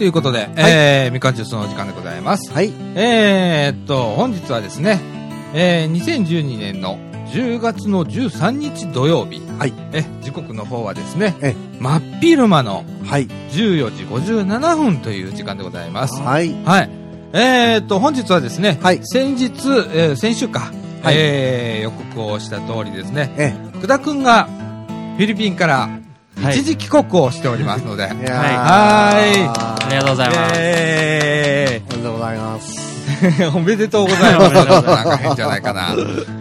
いうことで、みかんジュースのお時間でございます。 はい。 本日はですね、2012年の10月の13日土曜日。 はい。 時刻の方はですね、真っ昼間の14時57分という時間でございます。 はい。 はい。本日はですね、 はい、 先週か、はい、予告をした通りですね、福田くんがフィリピンから一時帰国をしておりますので、はい。 ありがとうございます。 おめでとうございます。 おめでとうございます。なんか変じゃないかな。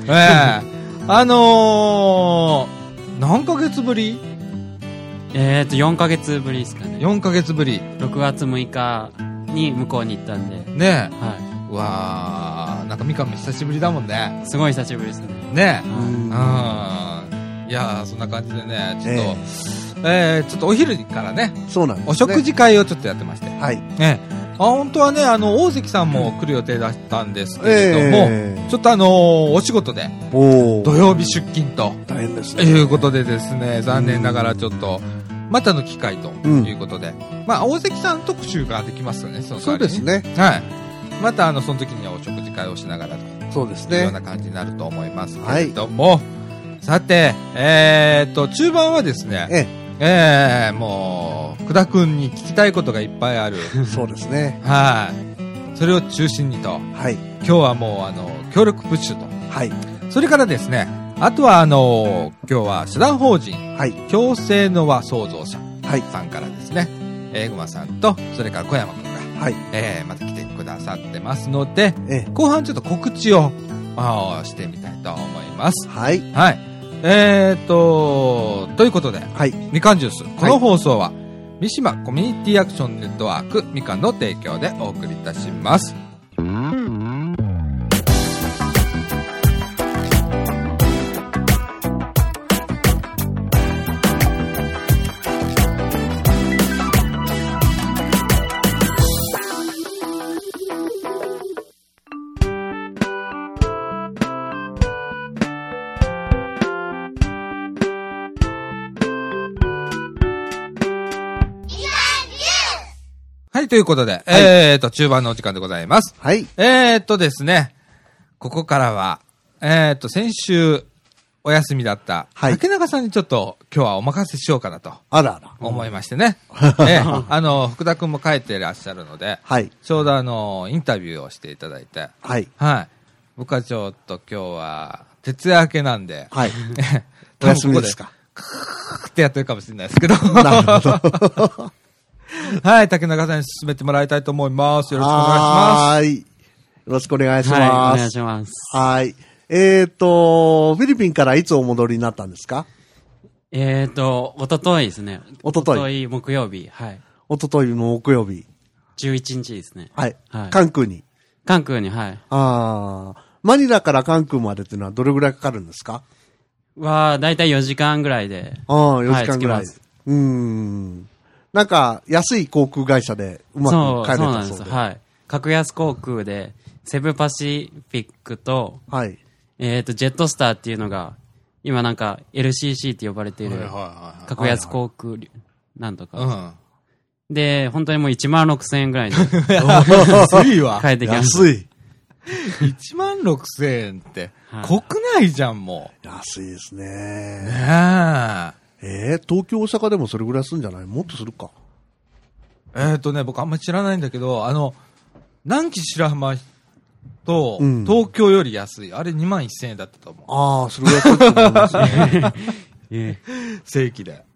何ヶ月ぶり ？4ヶ月ぶりですかね。 4ヶ月ぶり。 6月6日に向こうに行ったんで。 ねえ。 はい。 うわー、なんかみかんも久しぶりだもんね。 すごい久しぶりですね。 ねえ。いやー、そんな感じでね、ちょっとお昼からね、 そうなんですね。 お食事会をちょっとやってまして。 はい。 本当はね、大関さんも来る予定だったんですけれども、ちょっとお仕事で、土曜日出勤と、 大変ですね。 いうことでですね、残念ながらちょっと、またの機会ということで、まあ、大関さん特集ができますよね、 そうですね。 はい。またその時にはお食事会をしながらと。 そうですね。 いうような感じになると思いますけれども、さて、中盤はですね、もう、福田くんに聞きたいことがいっぱいある。 そうですね。 はい。それを中心にと。 はい。 今日はもう、協力プッシュと。 はい。 それからですね、あとは今日は社団法人、 はい。 共生の輪創造者、 はい。 さんからですね、ぐまさんと、それから小山くんが、 はい。また来てくださってますので、後半ちょっと告知を、してみたいと思います。 はい。 はい。ということで、 はい。 みかんジュース。この放送は、三島コミュニティアクションネットワークみかんの提供でお送りいたします。はい、ということで、中盤のお時間でございます。 はい。 ですね、ここからは、先週お休みだった、竹中さんにちょっと今日はお任せしようかなと。思いましてね。福田くんも帰っていらっしゃるので、 はい。 ちょうどインタビューをしていただいて、 はい。 はい。僕はちょっと今日は、徹夜明けなんで、 はい。お休みですか。 クーってやってるかもしれないですけど。 なるほど。 はい、竹中さんに進めてもらいたいと思います。よろしくお願いします。 はい。よろしくお願いします。 はい、お願いします。 はい。フィリピンからいつお戻りになったんですか？ おとといですね。 おととい木曜日。はい。 おとといの木曜日。 11日ですね。 はい。関空に。 関空に、はい。 マニラから関空までっていうのはどれぐらいかかるんですか？ だいたい4時間ぐらいで。 4時間ぐらい。なんか、安い航空会社でうまく帰れたそうで。 そうなんです。はい。格安航空で、セブパシフィックと、 はい。 ジェットスターっていうのが、今なんか LCC って呼ばれている、格安航空なんとか。で、本当にもう16,000円ぐらいで。 安いわ。 帰ってきました。 安い。 16,000円って、国内じゃん、もう。安いですね。 ねえ。東京、大阪でもそれぐらいするんじゃない？もっとするか。 僕あんまり知らないんだけど、南紀白浜と、東京より安い。あれ21,000円だったと思う。 それぐらいだったと思いますね。 正規で。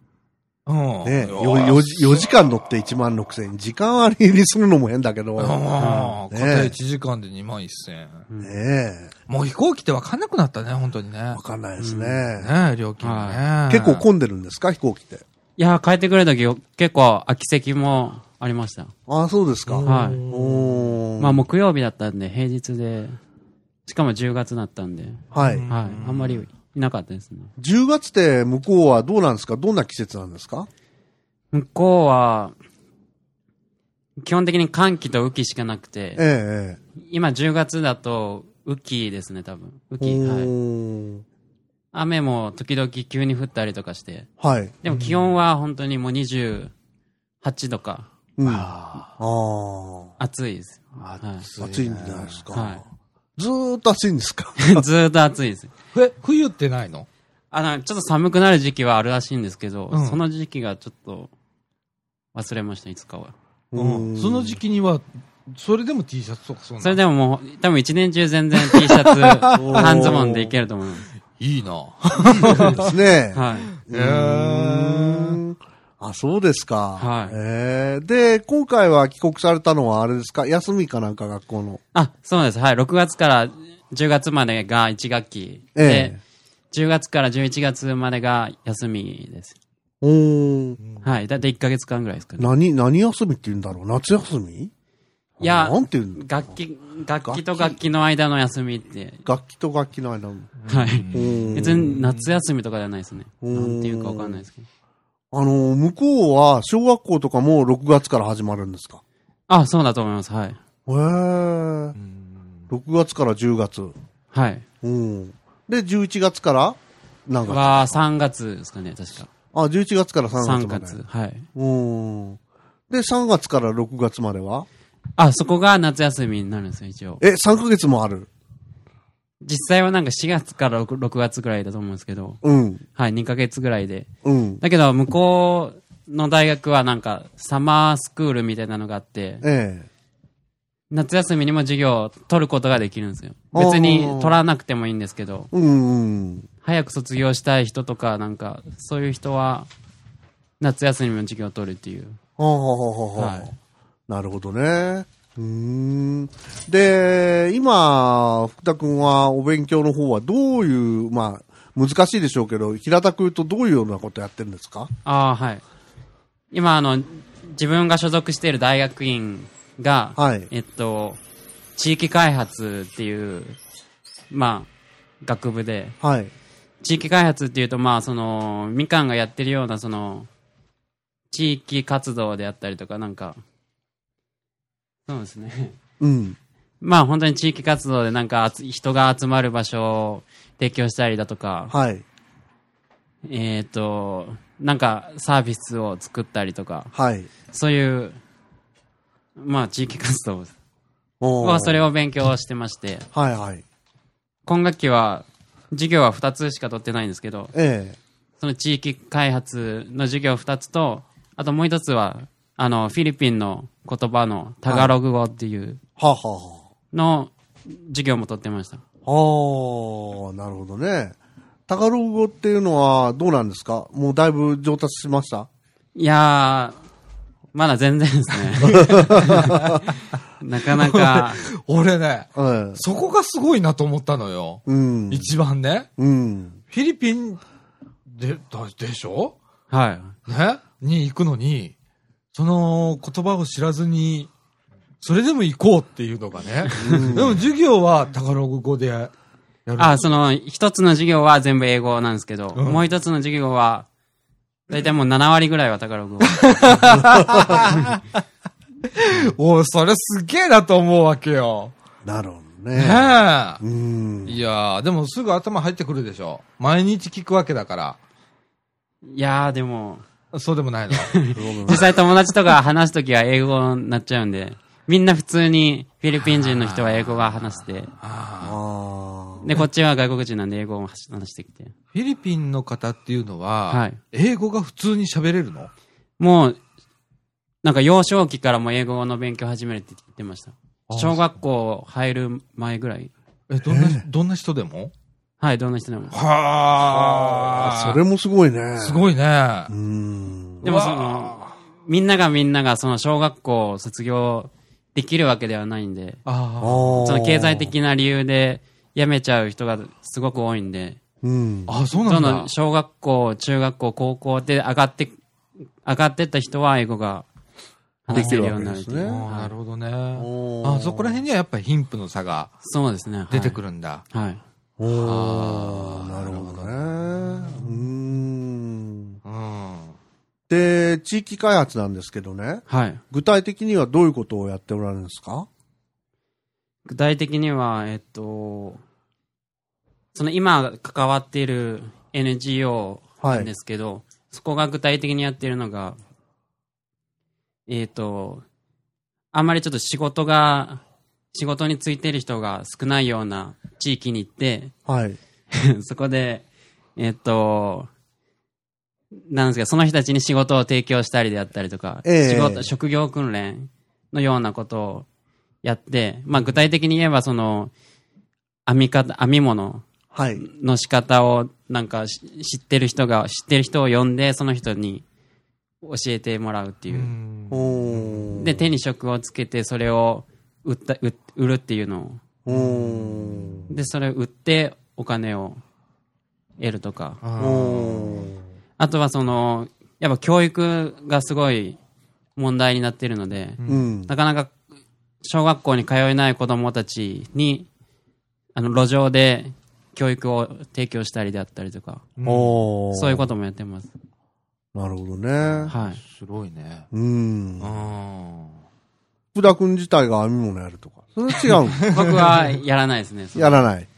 4時間乗って16,000円。時間割にするのも変だけど。 片1時間で21,000円。もう飛行機って分かんなくなったね、本当にね。 分かんないですね。 料金ね。 結構混んでるんですか、飛行機って。 いや、帰ってくるとき結構空き席もありました。 そうですか。 はい。木曜日だったんで、平日で、しかも10月だったんで。 はい。 はい。あんまりいなかったですね。 10月って向こうはどうなんですか？どんな季節なんですか？ 向こうは、基本的に寒気と雨季しかなくて、今10月だと雨季ですね、多分。雨季。はい。雨も時々急に降ったりとかして。 はい。 でも気温は本当にもう28度か。 暑いです。 暑いんじゃないですか。 はい。 ずーっと暑いんですか？ ずーっと暑いです。 冬ってないの？ ちょっと寒くなる時期はあるらしいんですけど、その時期がちょっと忘れました、いつかは。 その時期には、それでも T シャツとかそれでももう、多分一年中全然 T シャツ、半ズボンでいけると思います。 いいな。 いいですね。 はい。 そうですか。 はい。 で、今回は帰国されたのはあれですか？休みかなんか学校の。 そうです。はい。6月から10月までが1学期。で、10月から11月までが休みです。はい。だいたい1ヶ月間ぐらいですかね。 何休みって言うんだろう？夏休み？ いや、 なんて言うの？ 楽器と楽器の間の休みって。 楽器と楽器の間の。 はい。別に夏休みとかじゃないですね。なんていうかわかんないですけど。 向こうは小学校とかも6月から始まるんですか？ そうだと思います。はい。 6月から10月。 はい。 で、11月から何月は3月ですかね、確か。 11月から3月まで。 3月、はい。 で、3月から6月まではそこが夏休みになるんですよ、一応。 3ヶ月もある？ 実際はなんか4月から6月ぐらいだと思うんですけど。はい、2ヶ月ぐらいで。だけど、向こうの大学はなんか、サマースクールみたいなのがあって、夏休みにも授業を取ることができるんですよ。別に取らなくてもいいんですけど、早く卒業したい人とか、なんか、そういう人は、夏休みも授業を取るっていう。 なるほどね。で、今、福田くんはお勉強の方はどういう、難しいでしょうけど、平たく言うとどういうようなことやってるんですか？ はい。今、自分が所属している大学院が、地域開発っていう、学部で、地域開発っていうと、みかんがやってるような、地域活動であったりとか、なんか、そうですね。本当に地域活動でなんか人が集まる場所を提供したりだとか、なんかサービスを作ったりとか、そういう、地域活動はそれを勉強してまして、今学期は授業は2つしか取ってないんですけど、その地域開発の授業2つと、あともう1つは、フィリピンの言葉のタガログ語っていうの授業も取ってました。 なるほどね。タガログ語っていうのはどうなんですか？もうだいぶ上達しました？ いやー、まだ全然ですね。なかなか。 俺ね、そこがすごいなと思ったのよ。一番ね。フィリピンでしょ？ はい。 ねに行くのに、その言葉を知らずに、それでも行こうっていうのがね。でも授業はタガログ語でやる。 一つの授業は全部英語なんですけど、もう一つの授業は、だいたいもう7割ぐらいはタガログ語。 それすげえなと思うわけよ。 なるほどね。 いやー、でもすぐ頭入ってくるでしょ。毎日聞くわけだから。 いやー、でも。 そうでもないの？ 実際友達とか話すときは英語になっちゃうんで、みんな普通にフィリピン人の人は英語が話して、で、こっちは外国人なんで英語を話してきて。 フィリピンの方っていうのは、英語が普通に喋れるの？ もう、なんか幼少期からも英語の勉強始めるって言ってました。小学校入る前ぐらい。 どんな人でも？ はい、どんな人でも。 それもすごいね。 すごいね。 でもみんながその小学校を卒業できるわけではないんで、その経済的な理由で辞めちゃう人がすごく多いんで、 そうなんだ。 小学校、中学校、高校で上がってった人は英語が話せるようになるっていう。 なるほどね。そこら辺にはやっぱり貧富の差が出てくるんだ。 はい。 なるほどね。で、地域開発なんですけどね。具体的にはどういうことをやっておられるんですか？ 具体的には、その今関わっている NGO なんですけど、そこが具体的にやっているのが、 あんまりちょっと仕事についてる人が少ないような地域に行って、 はい。 そこで、なんですか、その人たちに仕事を提供したりであったりとか、職業訓練のようなことをやって、まあ具体的に言えばその、編み物の仕方をなんか知ってる人を呼んで、その人に教えてもらうっていう。で、手に職をつけて、それを売るっていうのを。で、それを売ってお金を得るとか。あとはその、やっぱ教育がすごい問題になっているので、なかなか小学校に通えない子供たちに、路上で教育を提供したりであったりとか、そういうこともやってます。 なるほどね。 はい。 すごいね。 福田くん自体が編み物やるとか。それ違う僕はやらないですね。 やらない。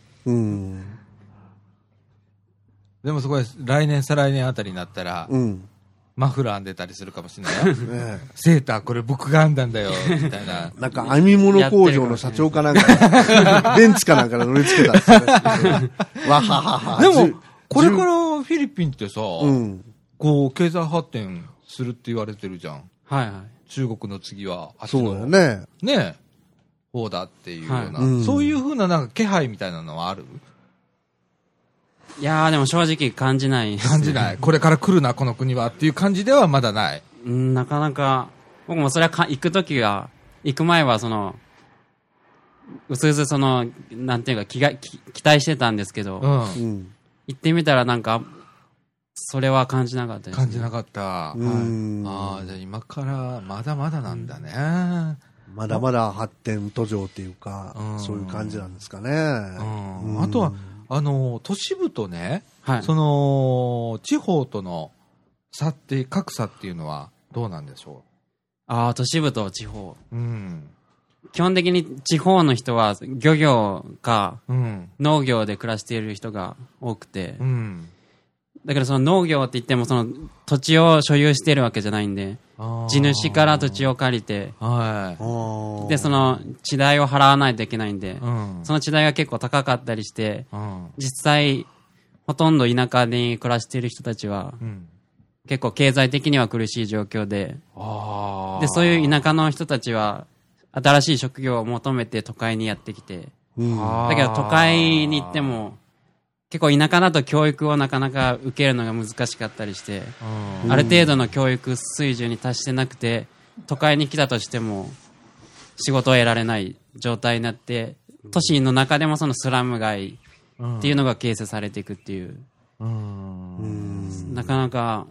でもそこで来年再来年あたりになったら、マフラー編んでたりするかもしれないよ。セーターこれ僕が編んだんだよ、みたいな。 なんか編み物工場の社長かなんか、ベンツかなんかで乗り付けたんですよね。わははは。 でも、これからフィリピンってさ、こう、経済発展するって言われてるじゃん。 はいはい。 中国の次は、 そうだよね。 ね方だっていうような、そういう風ななんか気配みたいなのはある？ いやーでも正直感じない、 感じない。これから来るな、この国はっていう感じではまだない。 なかなか、僕もそれは行く前はその、うすうすその、なんていうか期待してたんですけど、行ってみたらなんか、それは感じなかったです、ね。 感じなかった。ああ、じゃあ今からまだまだなんだね。 まだまだ発展途上っていうか、そういう感じなんですかね。 あとは、都市部とね、その、地方との格差っていうのはどうなんでしょう？都市部と地方。基本的に地方の人は漁業か、農業で暮らしている人が多くて、だからその農業って言ってもその土地を所有しているわけじゃないんで、地主から土地を借りて、で、その地代を払わないといけないんで、その地代が結構高かったりして、実際、ほとんど田舎に暮らしている人たちは、結構経済的には苦しい状況で、で、そういう田舎の人たちは、新しい職業を求めて都会にやってきて、だけど都会に行っても、結構田舎だと教育をなかなか受けるのが難しかったりして、ある程度の教育水準に達してなくて、都会に来たとしても仕事を得られない状態になって、都市の中でもそのスラム街っていうのが形成されていくっていう。なかなか、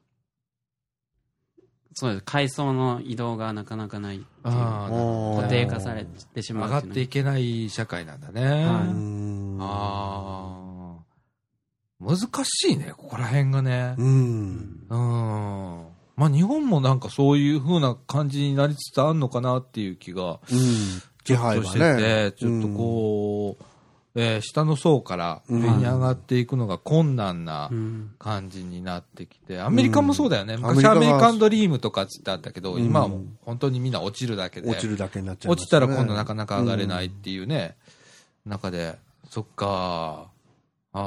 そうです。階層の移動がなかなかないっていう。固定化されてしまう。 上がっていけない社会なんだね。難しいね、ここら辺がね。まあ日本もなんかそういう風な感じになりつつあるのかなっていう気が、 気配がね。 ちょっとこう、下の層から上に上がっていくのが困難な感じになってきて、アメリカもそうだよね。昔アメリカンドリームとかつってあったけど、今はもう本当にみんな落ちるだけで。 落ちるだけになっちゃう。 落ちたら今度なかなか上がれないっていうね、中で、そっかな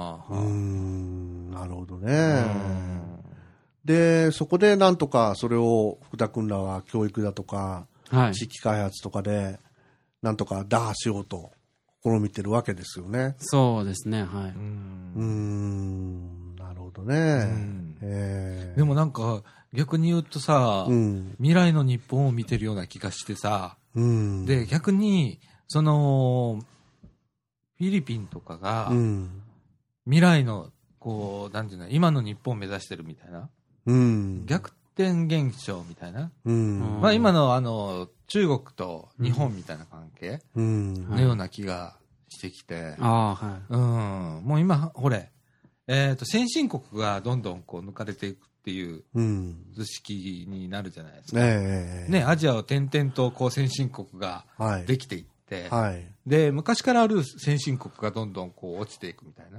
るほどね。で、そこでなんとかそれを福田君らは教育だとか、地域開発とかで、なんとか打破しようと試みてるわけですよね。 そうですね、はい。 なるほどね。 でもなんか逆に言うとさ、未来の日本を見てるような気がしてさ、で、逆に、その、フィリピンとかが、未来の、こう、なんていうの、今の日本を目指してるみたいな、逆転現象みたいな、まあ今の中国と日本みたいな関係のような気がしてきて、もう今、ほれ、先進国がどんどんこう抜かれていくっていう図式になるじゃないですか。ね、アジアを点々とこう先進国ができていって、で、昔からある先進国がどんどんこう落ちていくみたいな。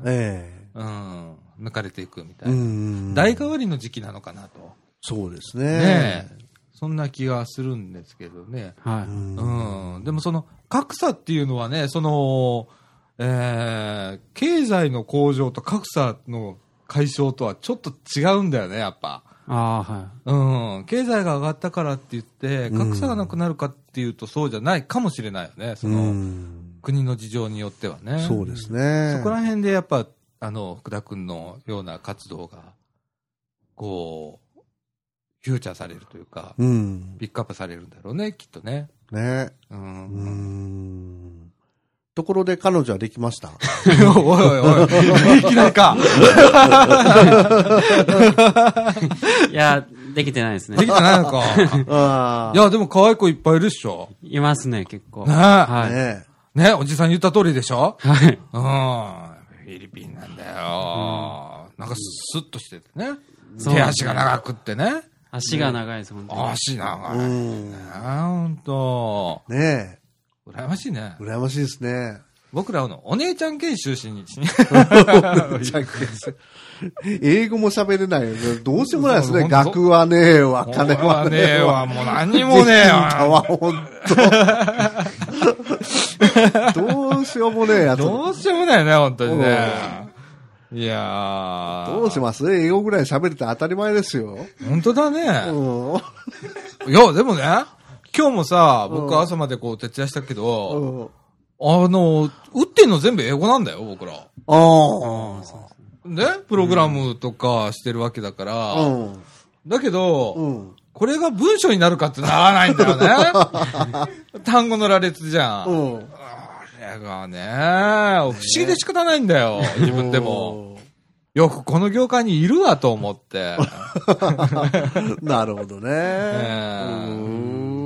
抜かれていくみたいな。代替わりの時期なのかなと。 そうですね。 そんな気がするんですけどね。 はい。 でもその格差っていうのはね、その、経済の向上と格差の解消とはちょっと違うんだよね、やっぱ。 はい。 経済が上がったからって言って、格差がなくなるかっていうとそうじゃないかもしれないよね。その、国の事情によってはね。 そうですね。 そこら辺でやっぱ、福田くんのような活動が、こう、フューチャーされるというか、ピックアップされるんだろうね、きっとね。 ね。ところで彼女はできました？ おいおいおい、いきなりか。 いや、できてないですね。 できてないのか。いや、でも可愛い子いっぱいいるっしょ。 いますね、結構。 ねはい。 ね、おじさん言った通りでしょ？ はい。 フィリピンなんだよ。なんかスッとしててね。手足が長くってね。 足が長いです、本当に。 足長い。ほんと。 ねえ。 羨ましいね。 羨ましいですね。 僕らのお姉ちゃん研修しに。 英語も喋れないよね。どうしようもないですね。学はねえわ、金はねえわ。 もう何もねえわ。 ほんと。どうしようもねえやつ。 どうしようもないよね、本当にね。いやー。 どうします英語ぐらい喋れて当たり前ですよ。 本当だね。いや、でもね、今日もさ、僕朝までこう徹夜したけど、打ってんの全部英語なんだよ、僕ら。で、プログラムとかしてるわけだから、だけど、これが文章になるかってならないんだよね。単語の羅列じゃん。これがね、不思議で仕方ないんだよ、自分でも。よくこの業界にいるわと思って。 なるほどね。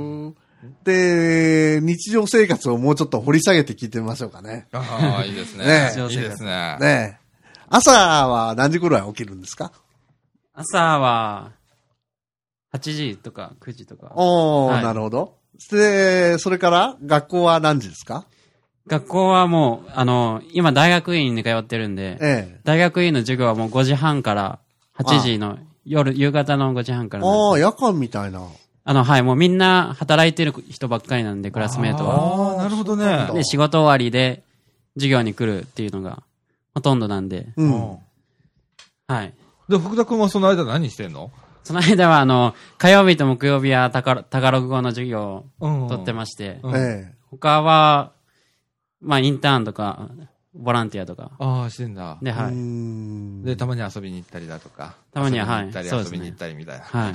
で、日常生活をもうちょっと掘り下げて聞いてみましょうかね。 ああ、いいですね。いいですね。 ね朝は何時頃は起きるんですか？ 朝は、8時とか9時とか。 なるほど。で、それから学校は何時ですか？ 学校はもう、今大学院に通ってるんで、大学院の授業はもう5時半から8時の夕方の5時半から。 夜間みたいな。 はい、もうみんな働いてる人ばっかりなんで、クラスメートは。 なるほどね。 で、仕事終わりで授業に来るっていうのがほとんどなんで。はい。 で、福田くんはその間何してんの？ その間は、火曜日と木曜日はタガログ語の授業を取ってまして、他は、まあ、インターンとか、ボランティアとか。 してんだ。 で、はい。 で、たまに遊びに行ったりだとか。 たまには、はい。 遊びに行ったりみたいな。 はい。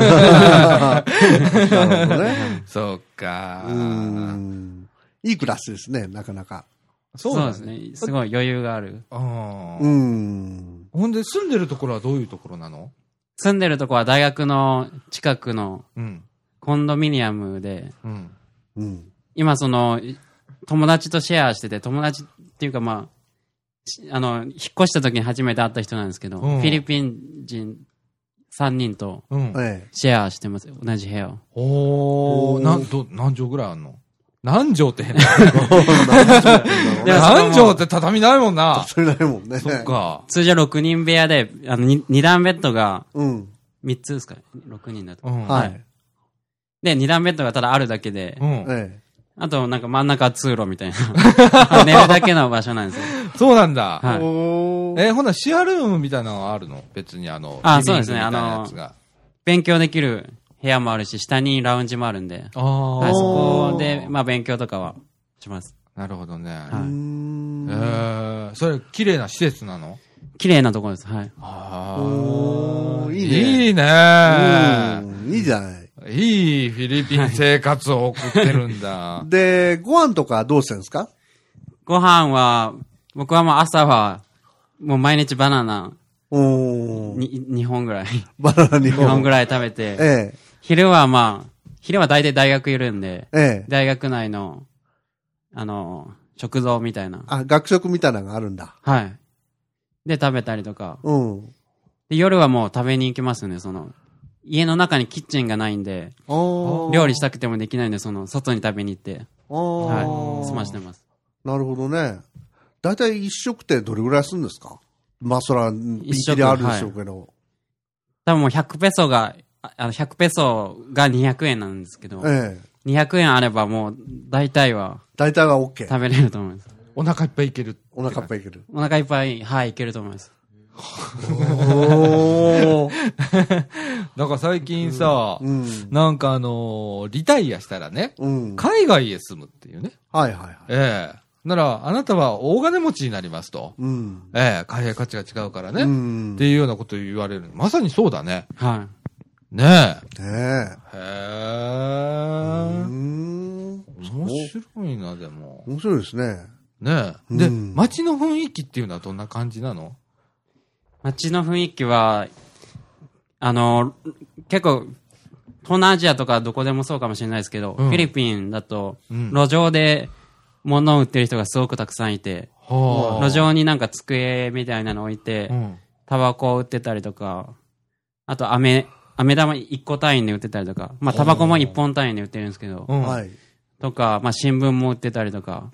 なるほどね。 そうか。 いいクラスですね、なかなか。 そうですね。すごい余裕がある。 ほんで、住んでるところはどういうところなの？ 住んでるところは大学の近くのコンドミニアムで、今友達とシェアしてて、友達っていうかまあ、引っ越した時に初めて会った人なんですけど、フィリピン人3人とシェアしてます、同じ部屋を。 何畳ぐらいあんの？何畳って変な。何畳って畳ないもんな。 畳ないもんね。 そっか。 通常6人部屋で、2段ベッドが3つですかね。6人だと。 はい。 で、2段ベッドがただあるだけで、あとなんか真ん中は通路みたいな。寝るだけの場所なんですよ。 そうなんだ。 はい。 ほな、シェアルームみたいなのがあるの？別にそうですね。勉強できる部屋もあるし、下にラウンジもあるんで。そこで、まあ勉強とかはします。 なるほどね。それ、綺麗な施設なの？ 綺麗なところです。はい。 いいね。 いいね。 いいじゃない。 いいフィリピン生活を送ってるんだ。 で、ご飯とかどうしてるんですか？ ご飯は、僕はもう朝は、もう毎日バナナ、2本ぐらい。 バナナ2 本ぐらい食べて、昼は大体大学いるんで、大学内の、食堂みたいな。 学食みたいなのがあるんだ。 はい。で、食べたりとか。で、夜はもう食べに行きますね、家の中にキッチンがないんで、料理したくてもできないんで、外に食べに行って、はい、済ましてます。 なるほどね。だいたい一食ってどれぐらいするんですか？まあ、そら、一食であるでしょうけど。 多分もう100ペソが 100ペソが200円なんですけど、200円あればもう大体は OK。 食べれると思います。 お腹いっぱいいける。 お腹いっぱいいける。 お腹いっぱい、はい、いけると思います。 なんか最近さ、なんかリタイアしたらね、海外へ住むっていうね。 はいはいはい。なら、あなたは大金持ちになりますと。海外価値が違うからね。っていうようなことを言われる。まさにそうだね。 はい。 ねえ。 へえ。面白いな、でも。 面白いですね。 ねえ。で、街の雰囲気っていうのはどんな感じなの？ 街の雰囲気は、結構、東南アジアとかどこでもそうかもしれないですけど、フィリピンだと、路上で物を売ってる人がすごくたくさんいて、路上になんか机みたいなの置いて、タバコを売ってたりとか、あと飴玉1個単位で売ってたりとか、まあタバコも1本単位で売ってるんですけど、とか、まあ新聞も売ってたりとか、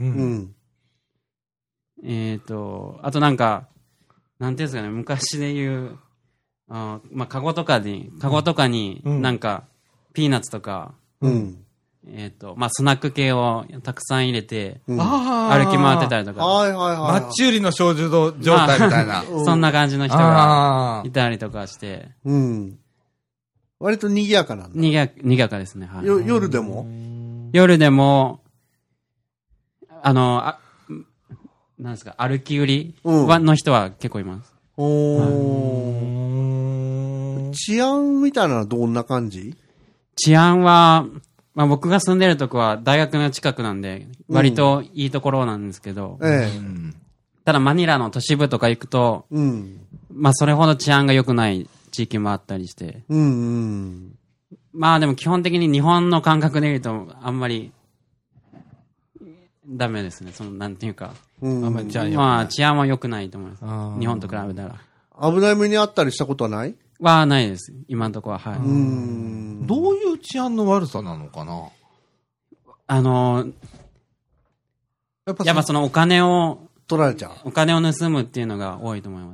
あとなんか、なんていうんですかね、昔で言う、まあ、カゴとかになんか、ピーナッツとか、まあ、スナック系をたくさん入れて、歩き回ってたりとか。 マッチ売りの少女状態みたいな。 そんな感じの人がいたりとかして。 割と賑やかなんだ。 賑やかですね。はい。 夜でもなんですか、歩き売りの人は結構います。 治安みたいなのはどんな感じ？ 治安は、まあ僕が住んでるとこは大学の近くなんで、割といいところなんですけど、ただマニラの都市部とか行くと、まあそれほど治安が良くない地域もあったりして、まあでも基本的に日本の感覚で言うとあんまりダメですね。なんていうか。まあ治安は良くないと思います。日本と比べたら。 危ない目にあったりしたことはない？ はないです。今のところは。はい。 どういう治安の悪さなのかな？ やっぱそのお金を取られちゃう。 お金を盗むっていうのが多いと思います。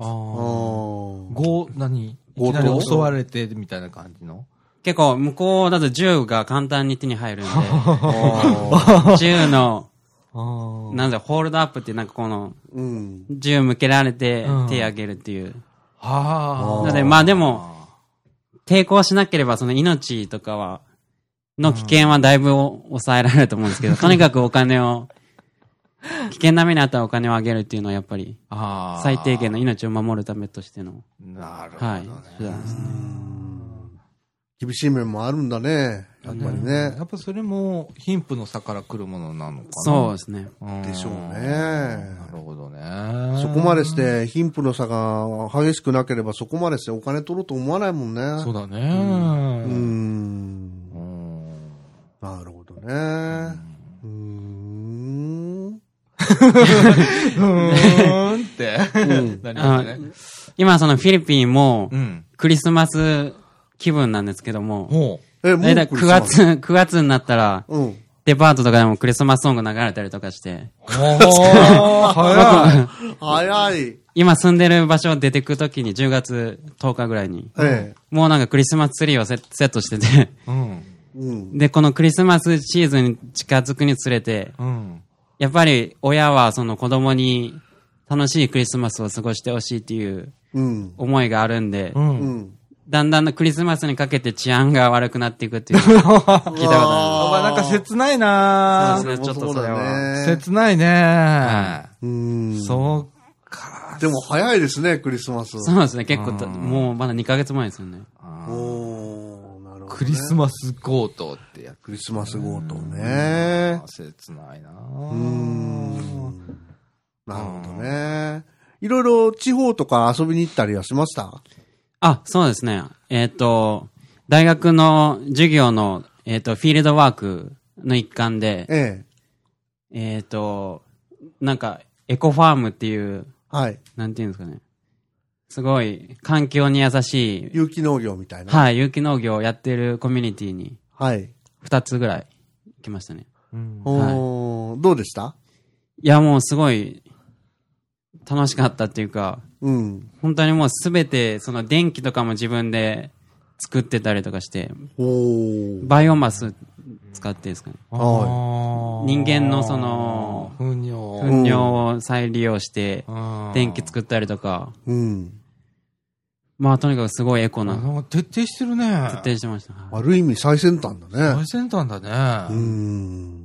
いきなり襲われてみたいな感じの？ 結構向こうだと銃が簡単に手に入るんで、銃のなんだホールドアップってなんかこの、銃向けられて手上げるっていう。なのでまあでも、抵抗しなければその命とかの危険はだいぶ抑えられると思うんですけど、とにかくお金を、危険な目にあったらお金をあげるっていうのはやっぱり、最低限の命を守るためとしての。 なるほどね。 手段ですね。 厳しい面もあるんだね。やっぱりね。 やっぱそれも貧富の差から来るものなのかな。 そうですね。 でしょうね。 なるほどね。 そこまでして貧富の差が激しくなければそこまでしてお金取ろうと思わないもんね。 そうだね。 なるほどね。 って今そのフィリピンもクリスマス気分なんですけども、9月になったら、デパートとかでもクリスマスソング流れたりとかして。 早い。 今住んでる場所を出てくときに10月10日ぐらいに、もうなんかクリスマスツリーをセットしてて、で、このクリスマスシーズンに近づくにつれて、やっぱり親はその子供に楽しいクリスマスを過ごしてほしいっていう思いがあるんで、だんだんクリスマスにかけて治安が悪くなっていくっていうのを聞いたことある。 なんか切ないなそうですね、ちょっとそれは。 切ないね。そうか。 でも早いですね、クリスマス。 そうですね、結構、もうまだ2ヶ月前ですよね。 クリスマス強盗ってやつ。 クリスマス強盗ね。 切ないななるほどね。いろいろ地方とか遊びに行ったりはしました？ そうですね。大学の授業の、フィールドワークの一環で、なんか、エコファームっていう、なんていうんですかね。すごい、環境に優しい。 有機農業みたいな。 はい、有機農業をやってるコミュニティに、2つぐらい行きましたね。 どうでした？ いや、もうすごい、楽しかったっていうか、本当にもうすべて、その電気とかも自分で作ってたりとかして、バイオマス使ってですかね。人間のその、糞尿を再利用して、電気作ったりとか、まあとにかくすごいエコな。 徹底してるね。 徹底してました。 ある意味最先端だね。 最先端だね。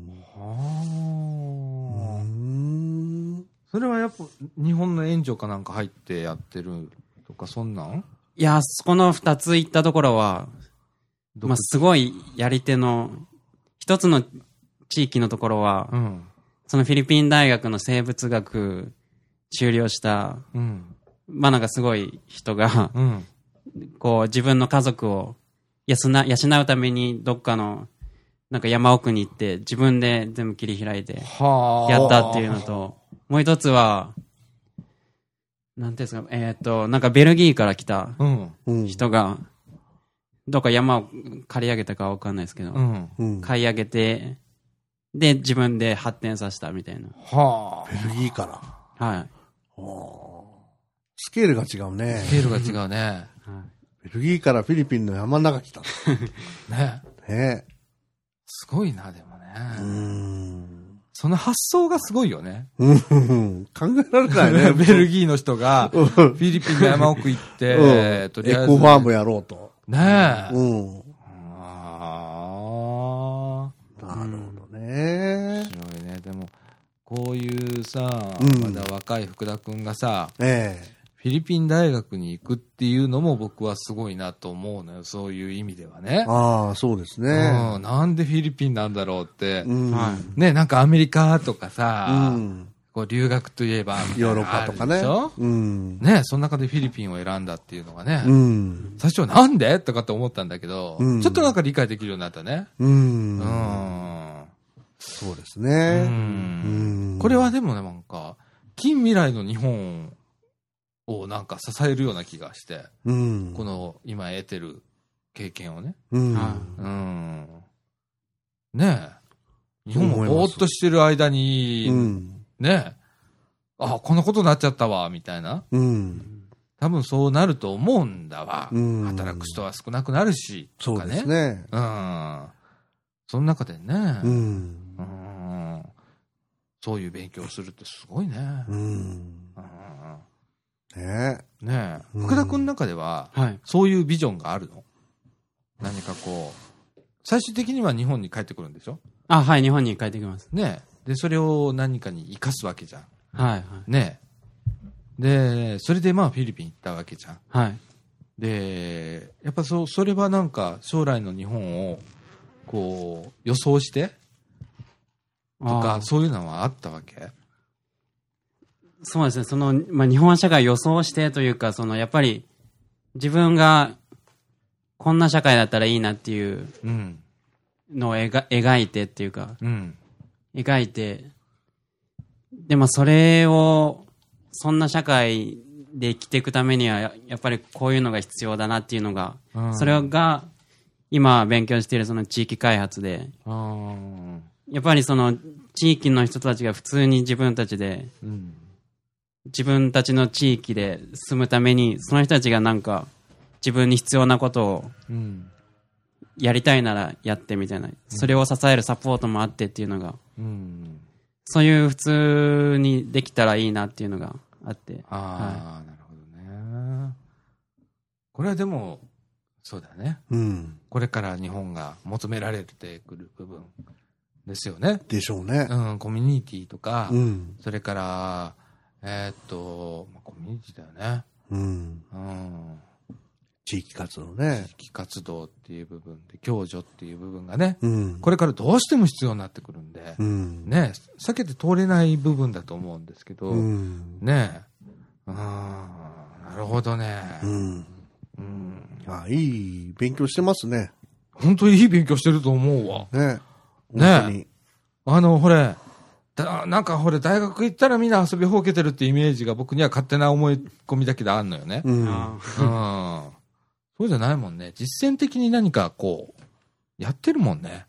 それはやっぱ日本の援助かなんか入ってやってるとかそんなん？ いや、そこの2つ行ったところは、まあすごいやり手の、一つの地域のところは、そのフィリピン大学の生物学修了した、まあなんかすごい人が、こう自分の家族を養うためにどっかのなんか山奥に行って自分で全部切り開いてやったっていうのと、もう一つは、なんていうんですか、なんかベルギーから来た人が、どっか山を借り上げたかわかんないですけど、買い上げて、で自分で発展させたみたいな。 ベルギーから。 はい。 スケールが違うね。 スケールが違うね。 ベルギーからフィリピンの山の中来た。 ね。 ね。 すごいな、でもね。その発想がすごいよね。 考えられないね。 ベルギーの人が、フィリピンの山奥行って、 とりあえず。エコファームやろうと。 ねえ。なるほどね。 面白いね。でも、こういうさ、まだ若い福田くんがさ、フィリピン大学に行くっていうのも僕はすごいなと思うのよ。そういう意味ではね。 ああ、そうですね。 なんでフィリピンなんだろうって。ね、なんかアメリカとかさ、こう留学といえば、 ヨーロッパとかね。 ね、その中でフィリピンを選んだっていうのがね、最初はなんでとかって思ったんだけど、ちょっとなんか理解できるようになったね。 そうですね。 これはでもね、なんか、近未来の日本をなんか支えるような気がして、この今得てる経験をね。ねえ。日本もぼーっとしてる間に、ねえ、あ、こんなことになっちゃったわ、みたいな。多分そうなると思うんだわ。働く人は少なくなるし、とかね。 そうですね。 その中でね、そういう勉強をするってすごいね。ねえ。福田君の中では、そういうビジョンがあるの？何かこう、最終的には日本に帰ってくるんでしょ？ はい、日本に帰ってきます。 ねえ。で、それを何かに生かすわけじゃん。 はい。 ねえ。で、それでまあフィリピン行ったわけじゃん。 はい。 で、やっぱそれはなんか将来の日本を、こう、予想してとか、そういうのはあったわけ？ そうですね。まあ、日本社会予想してというか、やっぱり、自分が、こんな社会だったらいいなっていうのを描いてっていうか、描いて、で、まあ、それを、そんな社会で生きていくためには、やっぱりこういうのが必要だなっていうのが、それが、今勉強しているその地域開発で、やっぱりその地域の人たちが普通に自分たちで、自分たちの地域で住むために、その人たちがなんか自分に必要なことをやりたいならやってみたいな、それを支えるサポートもあってっていうのが、そういう普通にできたらいいなっていうのがあって。 なるほどね。これはでも、そうだね。これから日本が求められてくる部分ですよね。 でしょうね。 コミュニティとか、それから、コミュニティだよね。 地域活動ね。 地域活動っていう部分で、共助っていう部分がね、これからどうしても必要になってくるんで、ね、避けて通れない部分だと思うんですけど、ね、なるほどね。 いい勉強してますね。 本当にいい勉強してると思うわ。 ね。ね。 ほれ、なんか大学行ったらみんな遊びほうけてるってイメージが僕には勝手な思い込みだけであんのよね。そうじゃないもんね。実践的に何かこう、やってるもんね。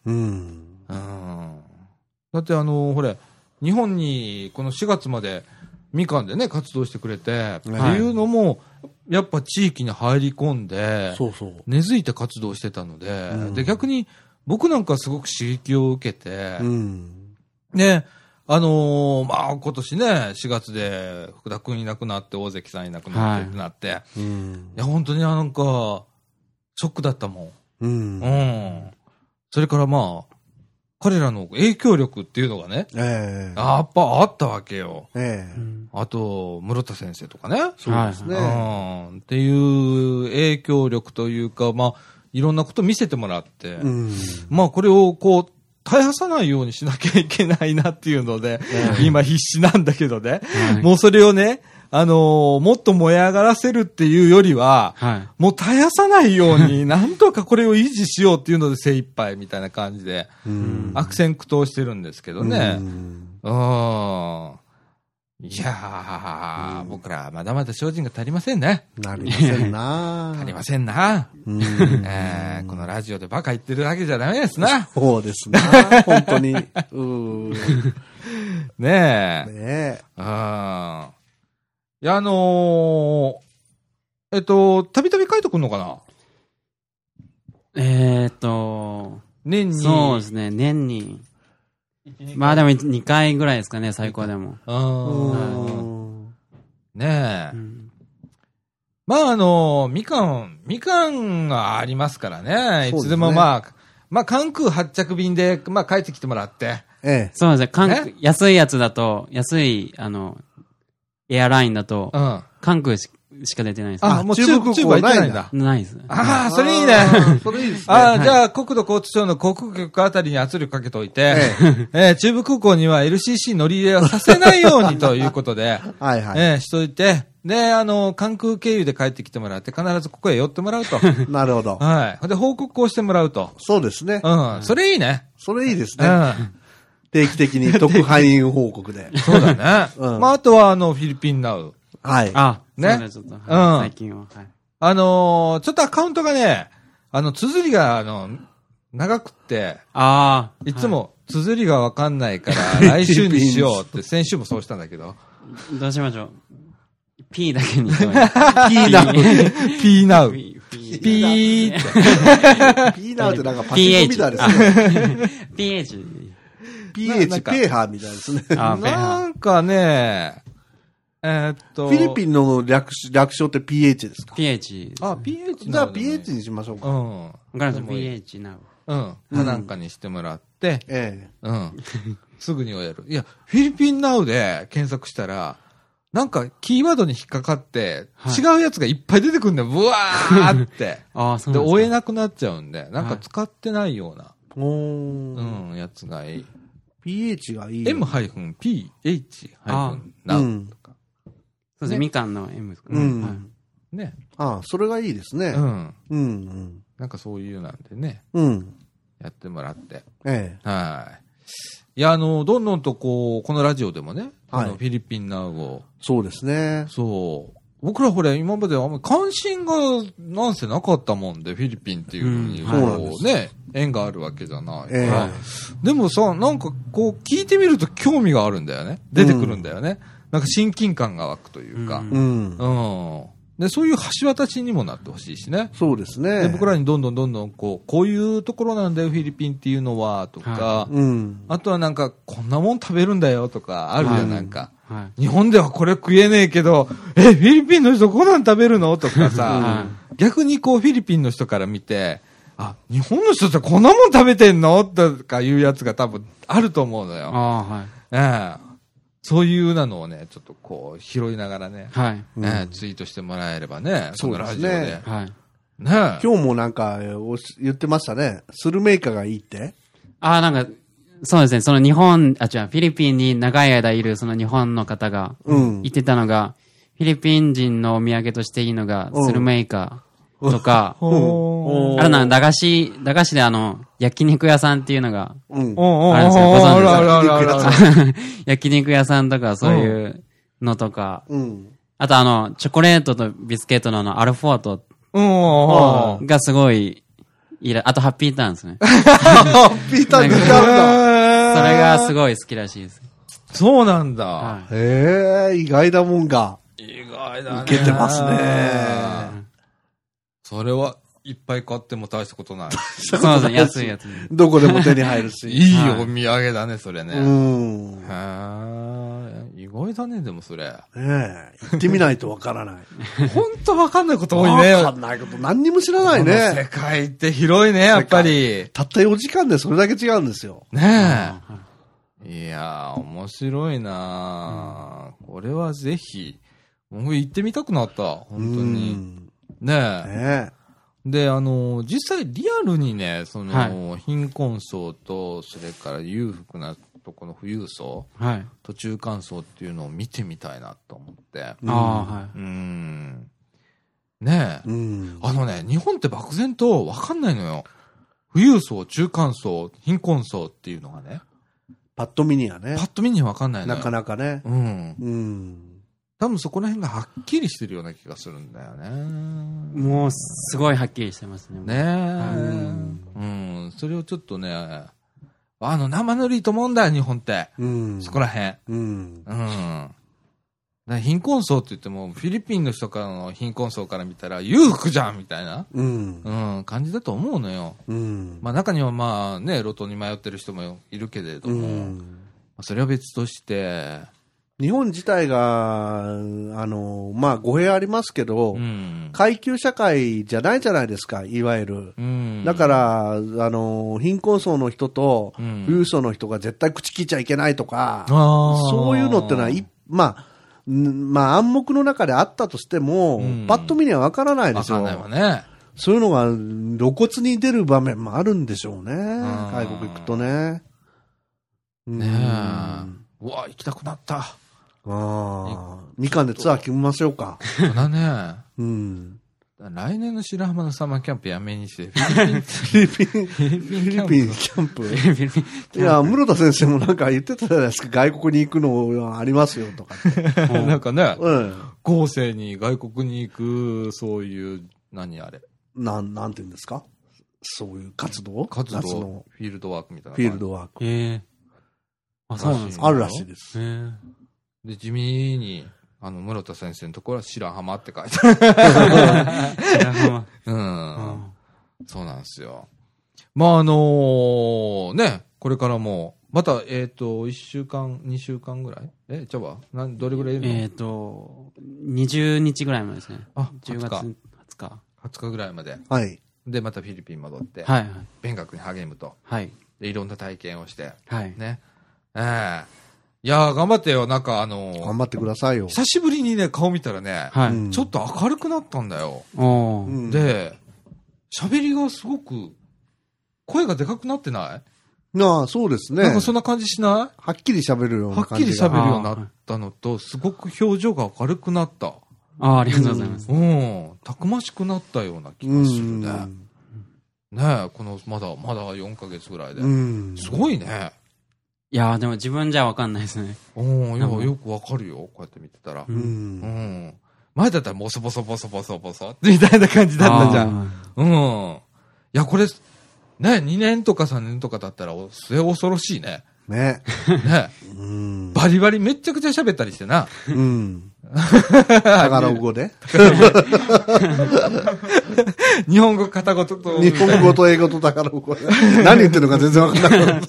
だってほれ、日本にこの4月までみかんでね、活動してくれて、っていうのも、 やっぱ地域に入り込んで、 そうそう。 根付いて活動してたので、で、逆に僕なんかすごく刺激を受けて、で、まあ、今年ね、4月で福田くんいなくなって、大関さんいなくなってってなって、いや、本当になんか、ショックだったもん。それからまあ、彼らの影響力っていうのがね、やっぱあったわけよ。あと、室田先生とかね。 そうですね。 っていう影響力というか、まあ、いろんなこと見せてもらって、まあ、これをこう、絶やさないようにしなきゃいけないなっていうので、今必死なんだけどね。もうそれをね、もっと燃え上がらせるっていうよりは、もう絶やさないように、なんとかこれを維持しようっていうので精一杯みたいな感じで、悪戦苦闘してるんですけどね。いやー、僕らまだまだ精進が足りませんね。 なりませんな足りませんなこのラジオでバカ言ってるだけじゃダメですな。 そうですな。本当に。 ねえ。いや、たびたび書いてくんのかな？年に。 そうですね、年に。まあでも2回ぐらいですかね、最高でも。 ねえ。まあみかんがありますからね。いつでもまあ関空発着便で、まあ帰ってきてもらって。 そうですね、安いやつだと、安い、エアラインだと、関空しか出てないです。 もう中部はないんだ。 ないです。 それいいね。 それいいですね。 じゃあ、国土交通省の航空局あたりに圧力かけといて、中部空港には LCC 乗り入れをさせないようにということで、しといて、で、関空経由で帰ってきてもらって、必ずここへ寄ってもらうと。 なるほど。 で、報告をしてもらうと。 そうですね。 それいいね。 それいいですね。定期的に特派員報告で。 そうだね。まあ、あとは、フィリピンナウ。 ね。ちょっと、最近は。 ちょっとアカウントがね、綴りが、長くって、いつも、綴りがわかんないから、来週にしようって、先週もそうしたんだけど。 どうしましょう。P だけに。 P ナウ。P って。 P ナウってなんかパチンコみたいですね。 PH。 PH、ペーハーみたいですね。 なんかね、 フィリピンの略称って PH ですか？ PH。 PH じゃあ PH にしましょうか。 わかりました、PH ななんかにしてもらって、すぐに終える。いや、フィリピンナウで検索したら、なんかキーワードに引っかかって、違うやつがいっぱい出てくるんだよ、ブワーって。で、追えなくなっちゃうんで、なんか使ってないような、やつがいい。 PH がいい。 M-PH-NOW とか。 そうですね、みかんの M ですかね。 それがいいですね。 なんかそういうなんでね。やってもらって。いや、どんどんとこのラジオでもね、フィリピンナウを。 そうですね。 そう。僕らほれ、今まであんまり関心がなんせなかったもんで、フィリピンっていうのに、ね、縁があるわけじゃない。でもさ、なんかこう聞いてみると興味があるんだよね。出てくるんだよね。なんか親近感が湧くというか。で、そういう橋渡しにもなってほしいしね。 そうですね。 で、僕らにどんどんこういうところなんだよ、フィリピンっていうのは、とか、あとはなんか、こんなもん食べるんだよ、とか、あるじゃん、なんか。日本ではこれ食えねえけど、フィリピンの人こんなん食べるのとかさ、逆にこう、フィリピンの人から見て、日本の人ってこんなもん食べてんのとかいうやつが多分あると思うのよ。そういうのをね、ちょっとこう、拾いながらね、ツイートしてもらえればね、そのラジオで。 今日もなんか、言ってましたね。スルメイカがいいって？ なんか、そうですね、その日本、フィリピンに長い間いるその日本の方が、言ってたのが、フィリピン人のお土産としていいのが、スルメイカとか、駄菓子で焼肉屋さんっていうのが、あるんですよ。ご存知ですか？焼肉屋さんとかそういうのとか、あとチョコレートとビスケットのアルフォートがすごい、あとハッピーターンですね。 ハッピーターン出ちゃうんだ。それがすごい好きらしいです。 そうなんだ。 意外だもんが。 意外いだね。 受けてますね。 それはいっぱい買っても大したことない。 そうそう、安いやつ。 どこでも手に入るし。 いいお土産だね、それね。 うん。 へー、意外だね、でもそれ。 ねえ、行ってみないとわからない。 ほんとわかんないこと多いね。 わかんないこと何にも知らないね。 世界って広いね、やっぱり。 たった4時間でそれだけ違うんですよ。 ねえ。いやー、面白いなー、これはぜひ、もう行ってみたくなった、本当に。ねえ。で、実際リアルにね、貧困層と、それから裕福なとこの富裕層、途中間層っていうのを見てみたいなと思って。ねえ。日本って漠然とわかんないのよ。富裕層、中間層、貧困層っていうのがね。 パッと見にはね。 パッと見にはわかんないのよ。 なかなかね。 多分そこら辺がはっきりしてるような気がするんだよね。 もうすごいはっきりしてますね。 ねえ。それをちょっとね、生ぬるいと思うんだよ、日本って。そこら辺。貧困層って言っても、フィリピンの人からの貧困層から見たら裕福じゃんみたいな、感じだと思うのよ。まあ中にはまあね、路頭に迷ってる人もいるけれども、それは別として、 日本自体が、まあ、語弊ありますけど、階級社会じゃないじゃないですか、いわゆる。だから、貧困層の人と、富裕層の人が絶対口聞いちゃいけないとか、そういうのってのは、まあ、暗黙の中であったとしても、パッと見にはわからないですよ。 わかんないわね。 そういうのが露骨に出る場面もあるんでしょうね。外国行くとね。 ねえ。うわ、行きたくなった。 みかんでツアー決めましょうか。 そうだね。来年の白浜のサマーキャンプやめにして、フィリピンキャンプ。いや、室田先生もなんか言ってたじゃないですか。外国に行くのありますよとかって。なんかね、後世に外国に行く、そういう、何あれ。なんて言うんですか、そういう活動、フィールドワークみたいな。フィールドワーク。そうなんですか。あるらしいです。で、地味に、室田先生のところは白浜って書いてある。白浜。そうなんですよ。まあ、ね、これからも、また、1週間、2週間ぐらいじゃあ、どれぐらいいるの 20日ぐらいまでですね。10月20日。 20日ぐらいまで。 はい。 で、またフィリピン戻って、勉学に励むと。はい。で、いろんな体験をして。はい。ね。いやー、頑張ってよ。なんか頑張ってくださいよ。久しぶりにね、顔見たらね、ちょっと明るくなったんだよ。で、喋りがすごく、声がでかくなってない？そうですね。なんかそんな感じしない？はっきり喋るような感じが。はっきり喋るようになったのと、すごく表情が明るくなった。ありがとうございます。たくましくなったような気がするね。ねえ、この、まだ4ヶ月ぐらいで。すごいね。いやー、でも自分じゃわかんないですね。よくわかるよ。こうやって見てたら。前だったらボソボソボソボソボソみたいな感じだったじゃん。いや、これ、ね、2年とか3年とかだったら、恐ろしいね。ね。ね。バリバリめっちゃくちゃ喋ったりしてな。タガログ語で日本語片言と。日本語と英語とタガログ語で。何言ってるのか全然わかんなかった。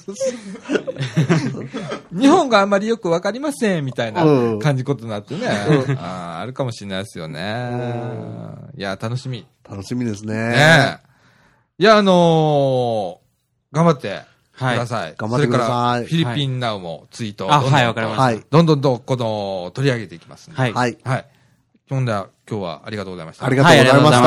日本があんまりよくわかりませんみたいな感じことになってね。あるかもしれないですよね。いや、楽しみ。楽しみですね。いや、頑張ってください。頑張ってください。それから、フィリピンナウもツイートを。はい、わかりました。どんどん取り上げていきます。はい。はい。今日はありがとうございました。ありがとうございました。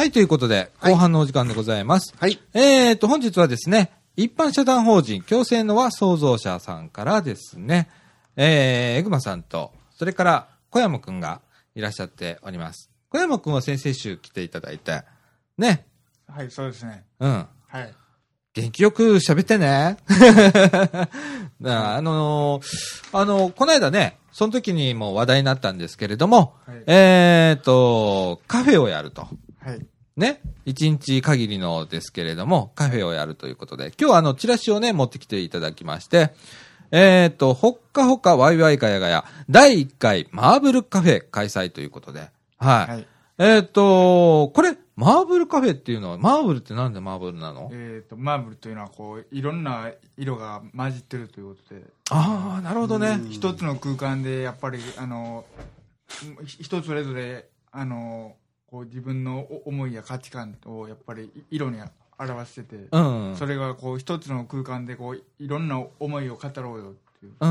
はい、ということで、後半のお時間でございます。 はい。 本日はですね、一般社団法人共生の輪創造者さんからですね、エグマさんと、それから小山くんがいらっしゃっております。小山くんは先々週来ていただいて、ね。 はい、そうですね。 うん。 はい。 元気よく喋ってね。この間ね、その時にも話題になったんですけれども、はい、カフェをやると。 はい。 ね。1日限りのですけれども、カフェをやるということで、今日はチラシをね、持ってきていただきまして、ほっかほかワイワイガヤガヤ、第1回マーブルカフェ開催ということで、はい。はい、これ、マーブルカフェっていうのは、マーブルってなんでマーブルなの？ マーブルというのは、こう、いろんな色が混じってるということで。 ああ、なるほどね。 一つの空間で、やっぱり、人それぞれ、こう自分の思いや価値観を、やっぱり色に表してて、 うん、 それが、こう、一つの空間で、こう、いろんな思いを語ろうよっていう。 うん。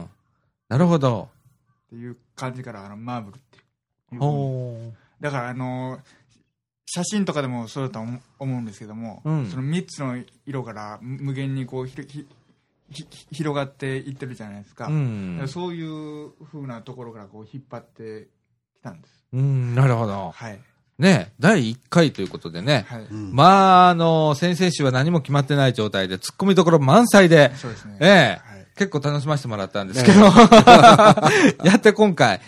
なるほど。 っていう感じから、マーブルっていう。 おー。 だから写真とかでもそうだと思うんですけども、 うん、 その3つの色から無限にこう広がっていってるじゃないですか、 うん、 そういう風なところからこう引っ張ってきたんです。 なるほど。 はい。 ね、第1回ということでね、 はい、 まあ、先々週は何も決まってない状態で、突っ込みどころ満載で、 そうですね。はい、 結構楽しませてもらったんですけど、やって今回、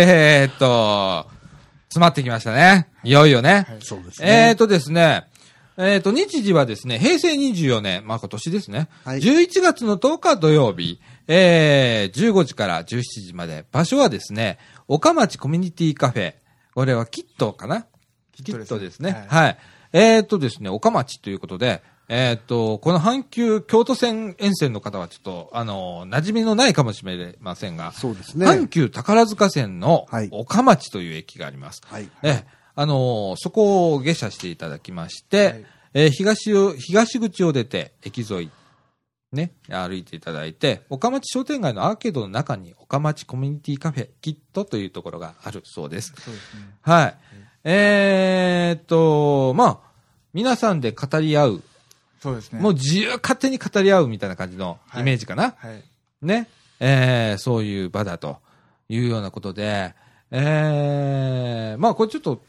詰まってきましたね。いよいよね。 はい、そうですね。 ですね、日時はですね、平成24年、まあ今年ですね。 はい、 11月の10日土曜日、15時から17時まで。場所はですね、岡町コミュニティカフェ。これはキットかな？キットですね。はい。ですね、岡町ということで、この阪急京都線沿線の方はちょっと、馴染みのないかもしれませんが、 そうですね。 阪急宝塚線の岡町という駅があります。 はい。 そこを下車していただきまして、はい、東口を出て、駅沿い、ね、歩いていただいて、岡町商店街のアーケードの中に岡町コミュニティカフェキットというところがあるそうです。 そうですね。 はい。まあ、皆さんで語り合う、 そうですね。 もう自由勝手に語り合うみたいな感じのイメージかな。 はい。 ね。そういう場だというようなことで、まあこれちょっと、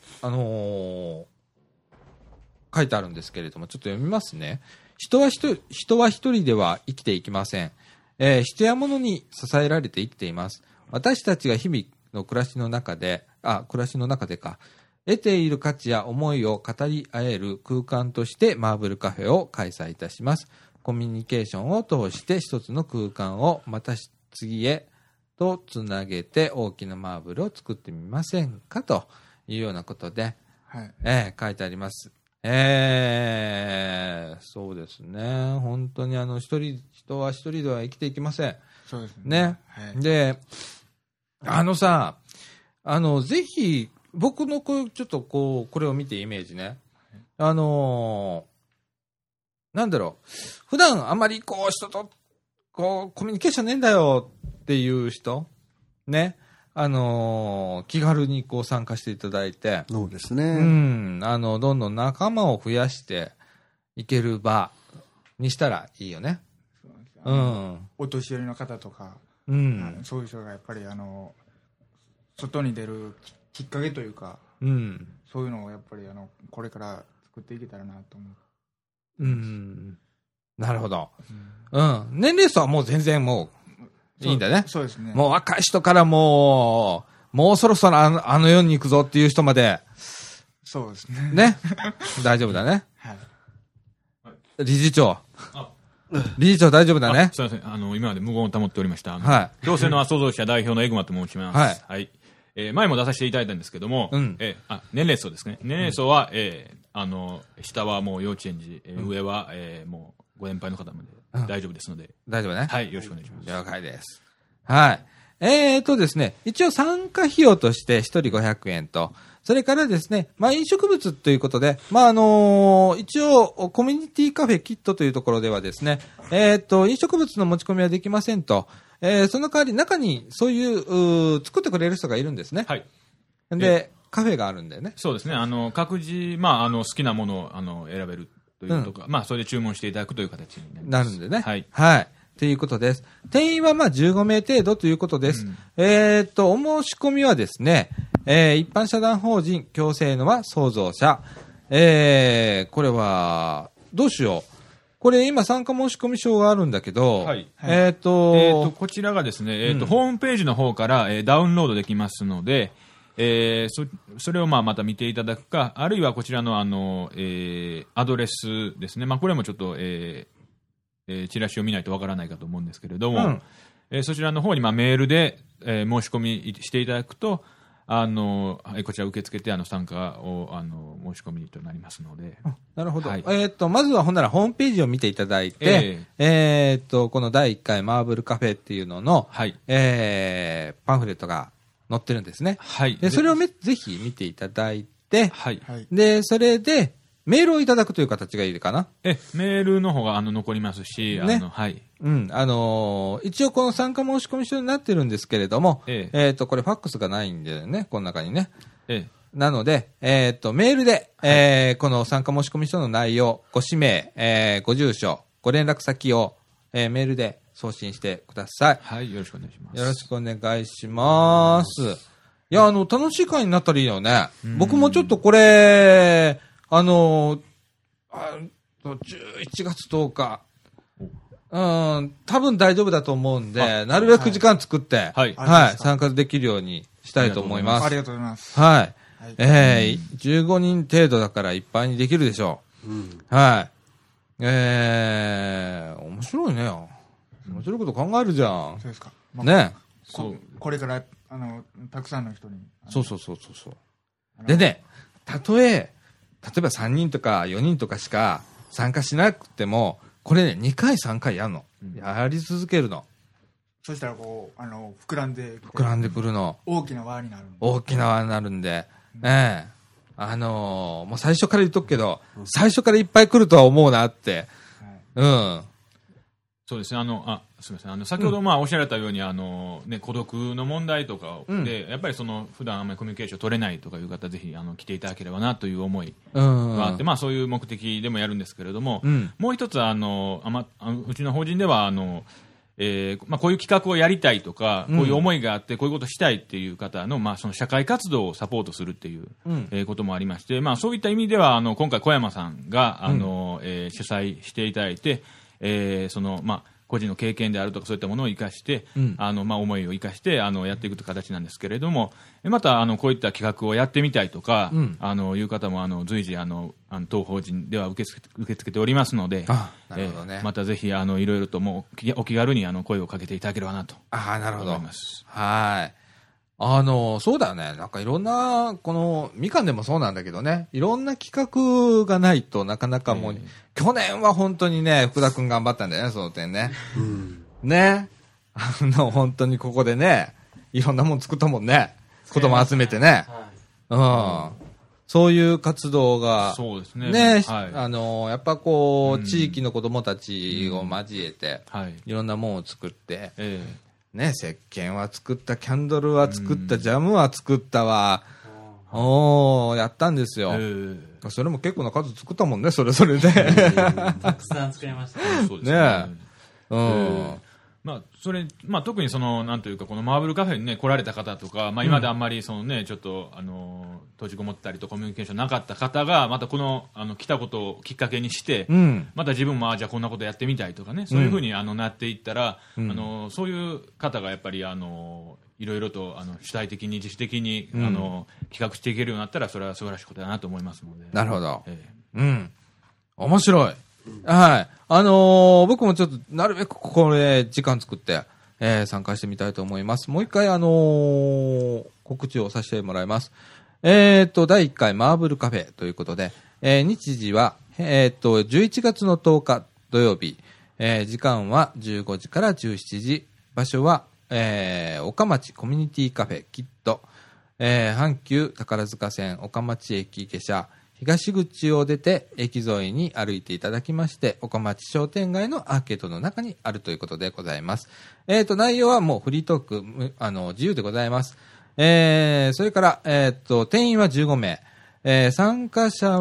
書いてあるんですけれども、ちょっと読みますね。人は一人では生きていきません。人や物に支えられて生きています。私たちが日々の暮らしの中で得ている価値や思いを語り合える空間としてマーブルカフェを開催いたします。コミュニケーションを通して一つの空間をまた次へとつなげて大きなマーブルを作ってみませんかというようなことで、 はい、 書いてあります。そうですね。本当に人は一人では生きていきません。 そうですね。 ね。 はい、 で、ぜひ、僕のちょっとこれを見てイメージね。なんだろう。普段あんまり人とコミュニケーションねえんだよっていう人ね。気軽に参加していただいて。 そうですね。 どんどん仲間を増やしていける場にしたらいいよね。 お年寄りの方とか、そういう人がやっぱり外に出るきっかけというか、そういうのをやっぱりこれから作っていけたらなと思う。 なるほど。年齢層はもう全然もういいんだね。 そうですね。 もう若い人からもうそろそろあの世に行くぞっていう人まで。 そうですね。 ね。大丈夫だね。 はい。 理事長大丈夫だね。 すいません。今まで無言を保っておりました。 はい。 共生の創造者代表のエグマと申します。はい。前も出させていただいたんですけども、年齢層ですね。年齢層は、下はもう幼稚園児、上は、もうご年配の方まで大丈夫ですので。 大丈夫ね。 はい、よろしくお願いします。 了解です。はい。ですね、一応参加費用として1人500円と、それからですね、飲食物ということで、一応、コミュニティカフェキットというところではですね、飲食物の持ち込みはできませんと、その代わり中にそういう、作ってくれる人がいるんですね。 はい。 で、 カフェがあるんだよね。 そうですね。各自、好きなものを選べるというとか、それで注文していただくという形になるんでね。 はい。はい。ということです。定員は15名程度ということです。お申し込みはですね、一般社団法人共生の輪創造者。これは、どうしよう。これ今参加申し込み書があるんだけど、はい。 こちらがですね、ホームページの方から、ダウンロードできますので、それをまた見ていただくか、あるいはこちらのアドレスですね。これもちょっと、チラシを見ないとわからないかと思うんですけれども、そちらの方にメールで、申し込みしていただくと、こちら受け付けて参加を申し込みとなりますので。 なるほど。はい、まずはほんならホームページを見ていただいて、この第1回マーブルカフェっていうのの、はい、パンフレットが載ってるんですね。はい。でそれをぜひ見ていただいて、はい。で、それで、メールをいただくという形がいいかな。 メールの方が残りますし、 ね、はい。うん、一応この参加申し込み書になってるんですけれども、これファックスがないんでね、この中にね。なので、メールで、はい、この参加申し込み書の内容、ご氏名、ご住所、ご連絡先を、メールで送信してください。 はい、よろしくお願いします。 よろしくお願いします。いや、楽しい会になったらいいよね。僕もちょっとこれ、11月10日、多分大丈夫だと思うんで、なるべく時間作って、はい、参加できるようにしたいと思います。 ありがとうございます。 はい。15人程度だからいっぱいにできるでしょう。はい。面白いね。面白いこと考えるじゃん。 そうですか。 ね。 これから、たくさんの人に。 そう。でね、例えば3人とか4人とかしか参加しなくても、これね、2回3回やるの。やり続けるの。 そしたら膨らんでくるの。 大きな輪になる。 大きな輪になるんで。もう最初から言っとくけど、最初からいっぱい来るとは思うなって。 そうですね。すみません。先ほどおっしゃられたように、孤独の問題とかで、やっぱり普段あんまりコミュニケーション取れないとかいう方、ぜひ、来ていただければなという思いがあって、そういう目的でもやるんですけれども、もう一つ、うちの法人では、こういう企画をやりたいとか、こういう思いがあって、こういうことしたいっていう方の、その社会活動をサポートするっていう、こともありまして、そういった意味では、今回小山さんが、主催していただいて、個人の経験であるとかそういったものを生かして、思いを生かしてやっていくという形なんですけれども、またこういった企画をやってみたいとか、いう方も随時当法人では受け付けておりますので、またぜひいろいろとお気軽に声をかけていただければなと思います。 はい。そうだよね。なんかいろんな、この、みかんでもそうなんだけどね、いろんな企画がないとなかなかもう、去年は本当にね、福田くん頑張ったんだよね、その点ね。ね。本当にここでね、いろんなもん作ったもんね。子供集めてね。そういう活動が、 そうですね。 ね、やっぱこう、地域の子供たちを交えて、いろんなもんを作って、ね、石鹸は作った、キャンドルは作った、ジャムは作ったわ。やったんですよ。それも結構な数作ったもんね、それぞれで。 たくさん作りましたね。 そうですね。特になんというか、このマーブルカフェにね、来られた方とか、今まであんまりちょっと、閉じこもったりとコミュニケーションなかった方が、またこの、来たことをきっかけにして、また自分も、じゃあこんなことやってみたいとかね、そういうふうになっていったら、そういう方がやっぱり、いろいろと主体的に自主的に、企画していけるようになったら、それは素晴らしいことだなと思いますので。 なるほど。面白い。はい。僕もちょっと、なるべくこれ、時間作って、参加してみたいと思います。もう一回、告知をさせてもらいます。第1回マーブルカフェということで、日時は、11月の10日土曜日、時間は15時から17時、場所は、岡町コミュニティカフェキット、阪急宝塚線岡町駅下車、東口を出て駅沿いに歩いていただきまして、岡町商店街のアーケードの中にあるということでございます。内容はもうフリートーク、自由でございます。 それから、定員は15名。参加費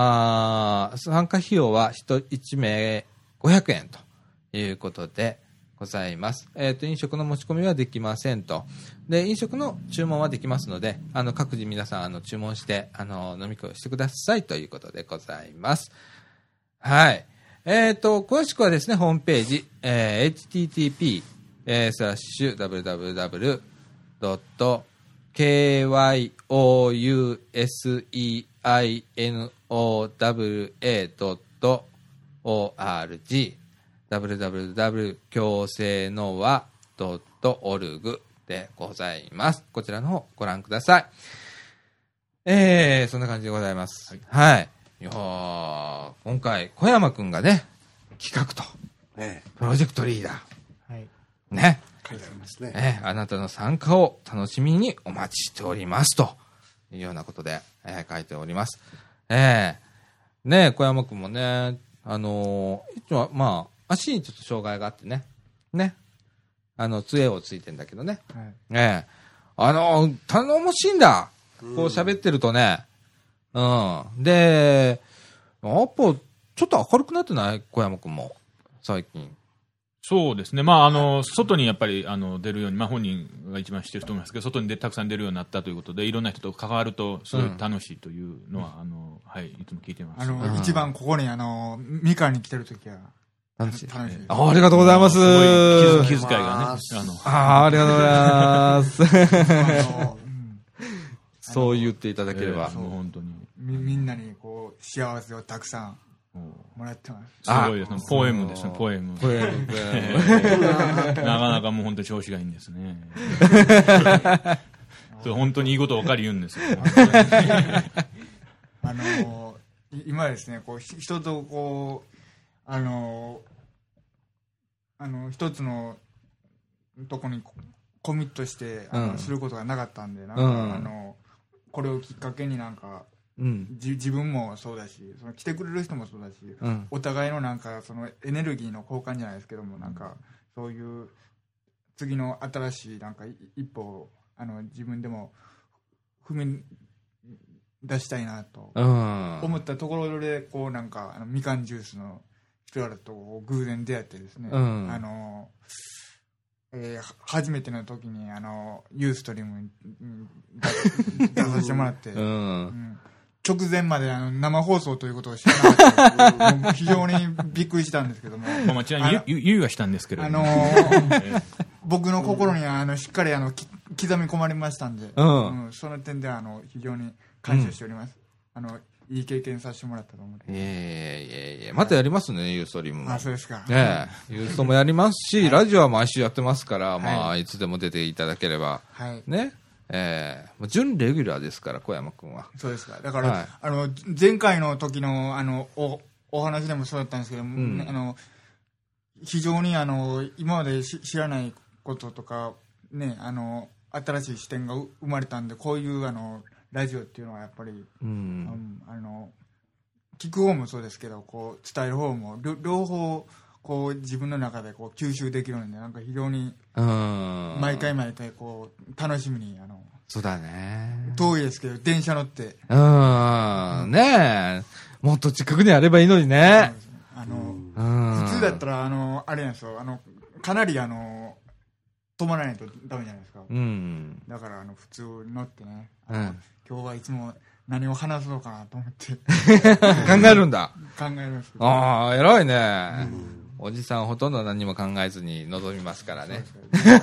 用は1名500円ということでございます。飲食の持ち込みはできませんと。で、飲食の注文はできますので、各自皆さん、注文して、飲み食いをしてくださいということでございます。はい。詳しくはですね、ホームページ、http://www.kyouseinowa.org www 強制の和 .org でございます。こちらの方ご覧ください。そんな感じでございます。はい。いや今回小山くんがね企画と、プロジェクトリーダー、はい、ね書いてありますね。 あなたの参加を楽しみにお待ちしておりますというようなことで、書いております。ね小山くんもねいつもまあ足にちょっと障害があってね。杖をついてんだけどね。はい、頼もしいんだ。こう喋ってるとね。で、やっぱ、ちょっと明るくなってない小山くんも、最近。 そうですね。外にやっぱり、出るように、本人が一番知ってると思いますけど、外にたくさん出るようになったということで、いろんな人と関わると、すごい楽しいというのは、はい、いつも聞いてます。 一番ここに、みかんに来てるときは、 楽しい。ありがとうございます。 気遣いがね。 ありがとうございます。そう言っていただければ。 もう本当に。 みんなにこう、幸せをたくさんもらってます。 すごいですね。ポエムですね、ポエム。なかなかもう本当に調子がいいんですね。本当にいいことばかり言うんですよ。 今ですね、こう、人とこう、一つのとこにコミットしてすることがなかったんで、これをきっかけに自分もそうだし、その来てくれる人もそうだし、お互いのそのエネルギーの交換じゃないですけども、そういう次の新しい一歩を自分でも踏み出したいなと思ったところで、こうみかんジュースの人らと偶然出会ってですね、初めての時にユーストリームに出させてもらって、直前まで生放送ということを知らなかった非常にびっくりしたんですけども、 ちなみに言うはしたんですけど、 僕の心にはしっかり刻み込まれましたんで、その点では非常に感謝しております。いい経験させてもらったと思って。 またやりますね、ユーストリームも。 そうですか。 ユーストもやりますし、ラジオは毎週やってますから、いつでも出ていただければ。ね。準レギュラーですから、小山くんは。 そうですか。だから、前回の時の、お話でもそうだったんですけども、非常に今まで知らないこととか、ね、新しい視点が生まれたんで、こういうラジオっていうのはやっぱり、聞く方もそうですけど、こう伝える方も両方こう自分の中でこう吸収できるので、非常に毎回こう楽しみにそうだね。 遠いですけど電車乗ってねえ、もっと近くにあればいいのにね。 普通だったらあれなんですよ、かなり止まらないとダメじゃないですか。だから普通乗ってね、今日はいつも何を話そうかなと思って考えるんだ。 考えます。 偉いね。おじさんほとんど何も考えずに臨みますからね。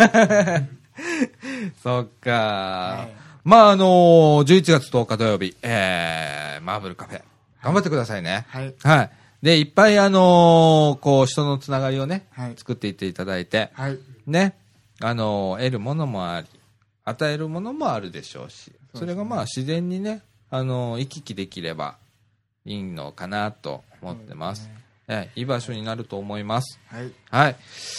そっか。11月10日土曜日、マーブルカフェ頑張ってくださいね。はい。でいっぱいこう人のつながりをね、作っていっていただいて、ね。得るものもあり、与えるものもあるでしょうし、それが自然にね、行き来できればいいのかなと思ってます。いい場所になると思います。はい。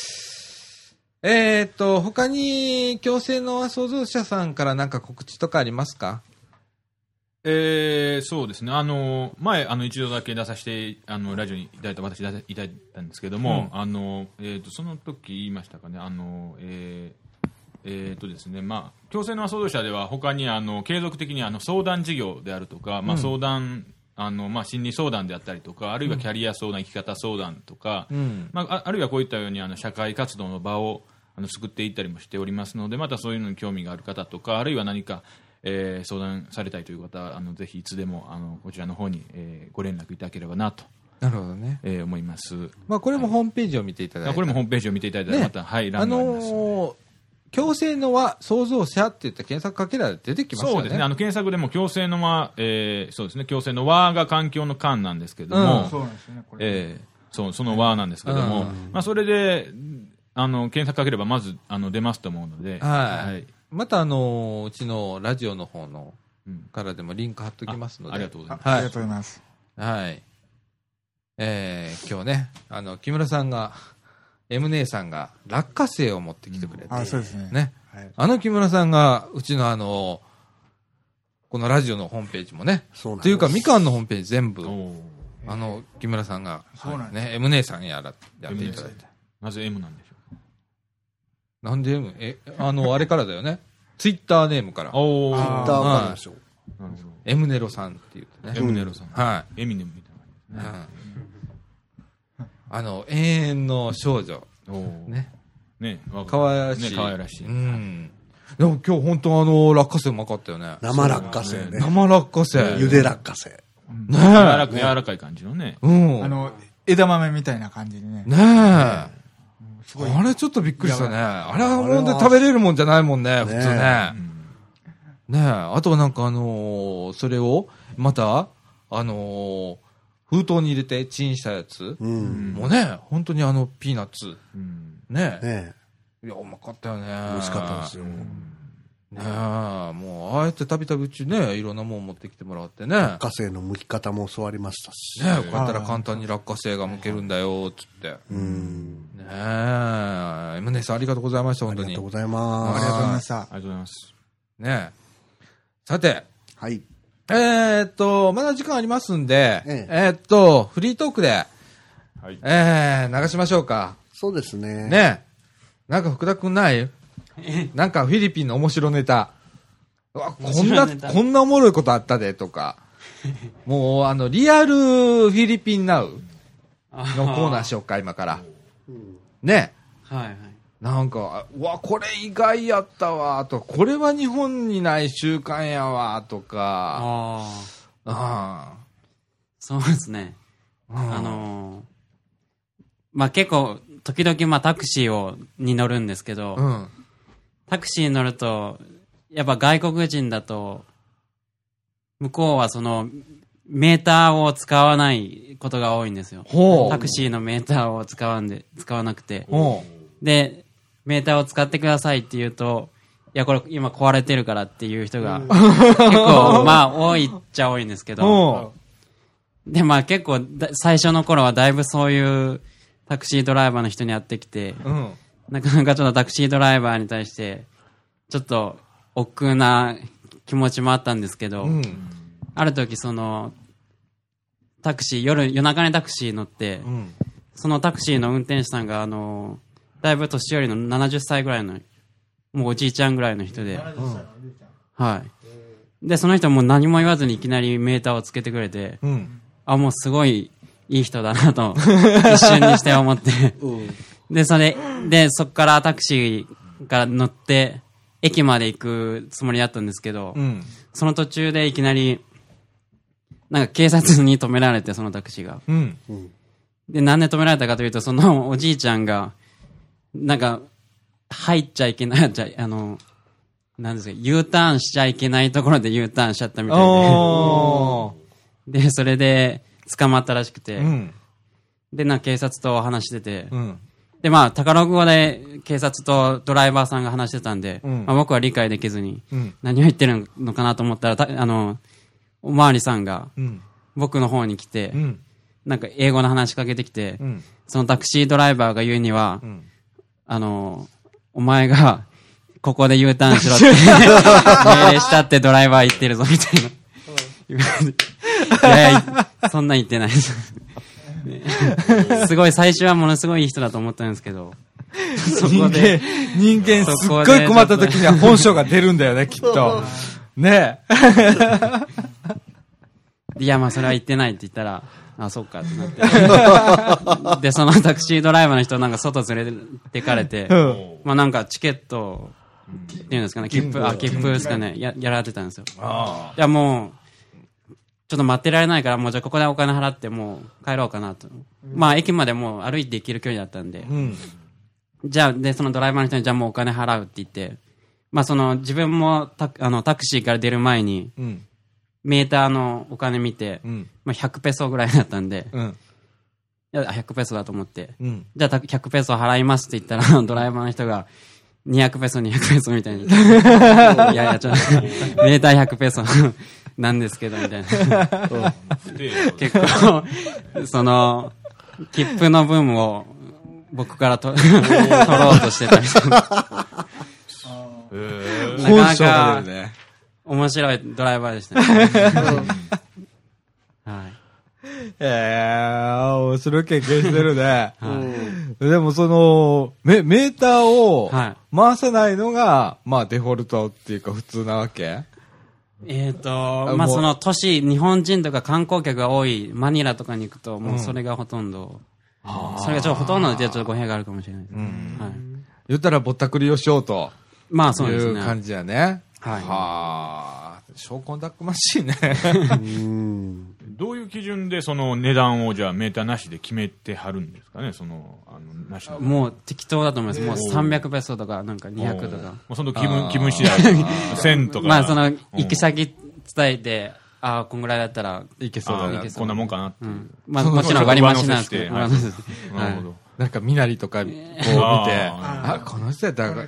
他に、共生の和創造者さんから何か告知とかありますか？ そうですね。前、一度だけ出させて、ラジオにいただいた、私いただいたんですけども、その時言いましたかね、 ですね、まあ、共生の創造者では他に継続的に相談事業であるとか、まあ、相談、まあ、心理相談であったりとか、あるいはキャリア相談、生き方相談とか、まあ、あるいはこういったように社会活動の場を作っていったりもしておりますので、またそういうのに興味がある方とか、あるいは何か、相談されたいという方はぜひいつでもこちらの方に、ご連絡いただければなと。 なるほどね。 思います。 まあ、これもホームページを見ていただいて。 これもホームページを見ていただいたら、また、はい、欄があります。 共生の輪創造者って言って検索かけられて出てきますよね。 そうですね。検索でも共生の輪、そうですね。共生の輪が環境の環なんですけども、 そうなんですね。これその輪なんですけども、まあ、それで、検索かければまず、出ますと思うので、 はい。また、うちのラジオの方の、からでもリンク貼っときますので。 ありがとうございます。 ありがとうございます。 はい。今日ね、木村さんが、M 姉さんが落花生を持ってきてくれて。 そうですね。 ね。はい、木村さんが、うちのこのラジオのホームページもね、というか、みかんのホームページ全部、木村さんが、ね、M 姉さんやっていただいて。 なぜ M なんでしょう。なんで M？ あれからだよね。ツイッターネームから。 ツイッターからでしょ。 M ネロさんって言ってね。 M ネロさん。 はい。 エミネムみたいな。 永遠の少女。ね。 ね。 かわいらしい。 かわいらしい。 でも今日本当落花生うまかったよね。 生落花生ね。 生落花生。 ゆで落花生。 ね柔らかい感じのね。 枝豆みたいな感じでね。 ねえ。あれちょっとびっくりしたね。あれはもんで食べれるもんじゃないもんね、普通ね。ねえ。あとはなんかそれを、また、封筒に入れてチンしたやつもうね、本当にピーナッツ。ねえ。いや、うまかったよね。 美味しかったですよ。 ねえ、もう、ああやってたびたびうちね、いろんなもん持ってきてもらってね。 落花生の剥き方も教わりましたし。 ねえ、こうやったら簡単に落花生が剥けるんだよ、つって。ねえ、M 姉さんありがとうございました、本当に。 ありがとうございます。 ありがとうございました。 ありがとうございます。 ねえ。さて。 はい。 まだ時間ありますんで、フリートークで、流しましょうか。 そうですね。 ねえ。なんか福田くんないなんかフィリピンの面白ネタ。こんなおもろいことあったで、とか。もう、リアルフィリピンナウのコーナーしようか、今から。ねえ。はいはい。 なんか、これ意外やったわ、と、これは日本にない習慣やわ、とか。 そうですね。まあ、結構、時々、タクシーに乗るんですけど、タクシーに乗ると、やっぱ外国人だと、向こうはメーターを使わないことが多いんですよ。タクシーのメーターを使わなくて。で、メーターを使ってくださいって言うと、いや、これ今壊れてるからっていう人が、結構、多いっちゃ多いんですけど、で、結構、最初の頃はだいぶそういうタクシードライバーの人に会ってきて、なかなかちょっとタクシードライバーに対して、ちょっと、億劫な気持ちもあったんですけど、ある時タクシー、夜中にタクシー乗って、そのタクシーの運転手さんが、だいぶ年寄りの70歳ぐらいの、もうおじいちゃんぐらいの人で、はい。で、その人も何も言わずにいきなりメーターをつけてくれて、もうすごいいい人だなと、一瞬にして思って、で、そっからタクシーから乗って、駅まで行くつもりだったんですけど、その途中でいきなり、なんか警察に止められて、そのタクシーが。で、なんで止められたかというと、そのおじいちゃんが、なんか、入っちゃいけない、なんですか、U ターンしちゃいけないところで U ターンしちゃったみたいで。で、それで捕まったらしくて、で、警察と話してて、で、タガログ語で警察とドライバーさんが話してたんで、僕は理解できずに、何を言ってるのかなと思ったら、おまわりさんが、僕の方に来て、なんか英語の話しかけてきて、そのタクシードライバーが言うには、お前が、ここで U ターンしろって命令したってドライバー言ってるぞみたいな。いや、そんなん言ってないです。すごい、最初はものすごいいい人だと思ったんですけど、 人間すっごい困った時には本性が出るんだよね、きっと。ねいや、まあそれは言ってないって言ったら、あ、そっかってなって。で、そのタクシードライバーの人なんか外連れてかれて、まあなんかチケットっていうんですかね、切符ですかね、やられてたんですよ。いや、もう、ちょっと待ってられないから、もうじゃあここでお金払ってもう帰ろうかなと。まあ駅までもう歩いて行ける距離だったんで。じゃあ、で、そのドライバーの人にじゃあもうお金払うって言って、まあその自分もタクシーから出る前に、メーターのお金見て、まあ100ペソぐらいだったんで、いや100ペソだと思って、じゃあ100ペソ払いますって言ったら、ドライバーの人が、200ペソみたいに。いやいや、ちょっと、メーター100ペソなんですけど、みたいな。結構、その、切符の分を僕から取ろうとしてたりとか。なかなか、面白いドライバーでしたね。はい。 面白い経験してるね。でもその、メーターを回さないのが、まあデフォルトっていうか普通なわけ？ まあその日本人とか観光客が多いマニラとかに行くと、もうそれがほとんど、それがほとんどでちょっと語弊があるかもしれないです。 言ったらぼったくりをしようと。 まあそうですね。 いう感じやね。 はい。 はあ、証拠たくましいね。 どういう基準でその値段をじゃあメーターなしで決めてはるんですかね、なしの。 もう適当だと思います。もう300ペソとか、なんか200とか。もうその気分次第とか、1000とか。 まあその、行き先伝えて、ああ、こんぐらいだったらいけそうだな。 こんなもんかなっていう。 まあもちろん割り増しなんですけど。 なるほど。 なんか、身なりとか、こう見て、あ、この人やったら、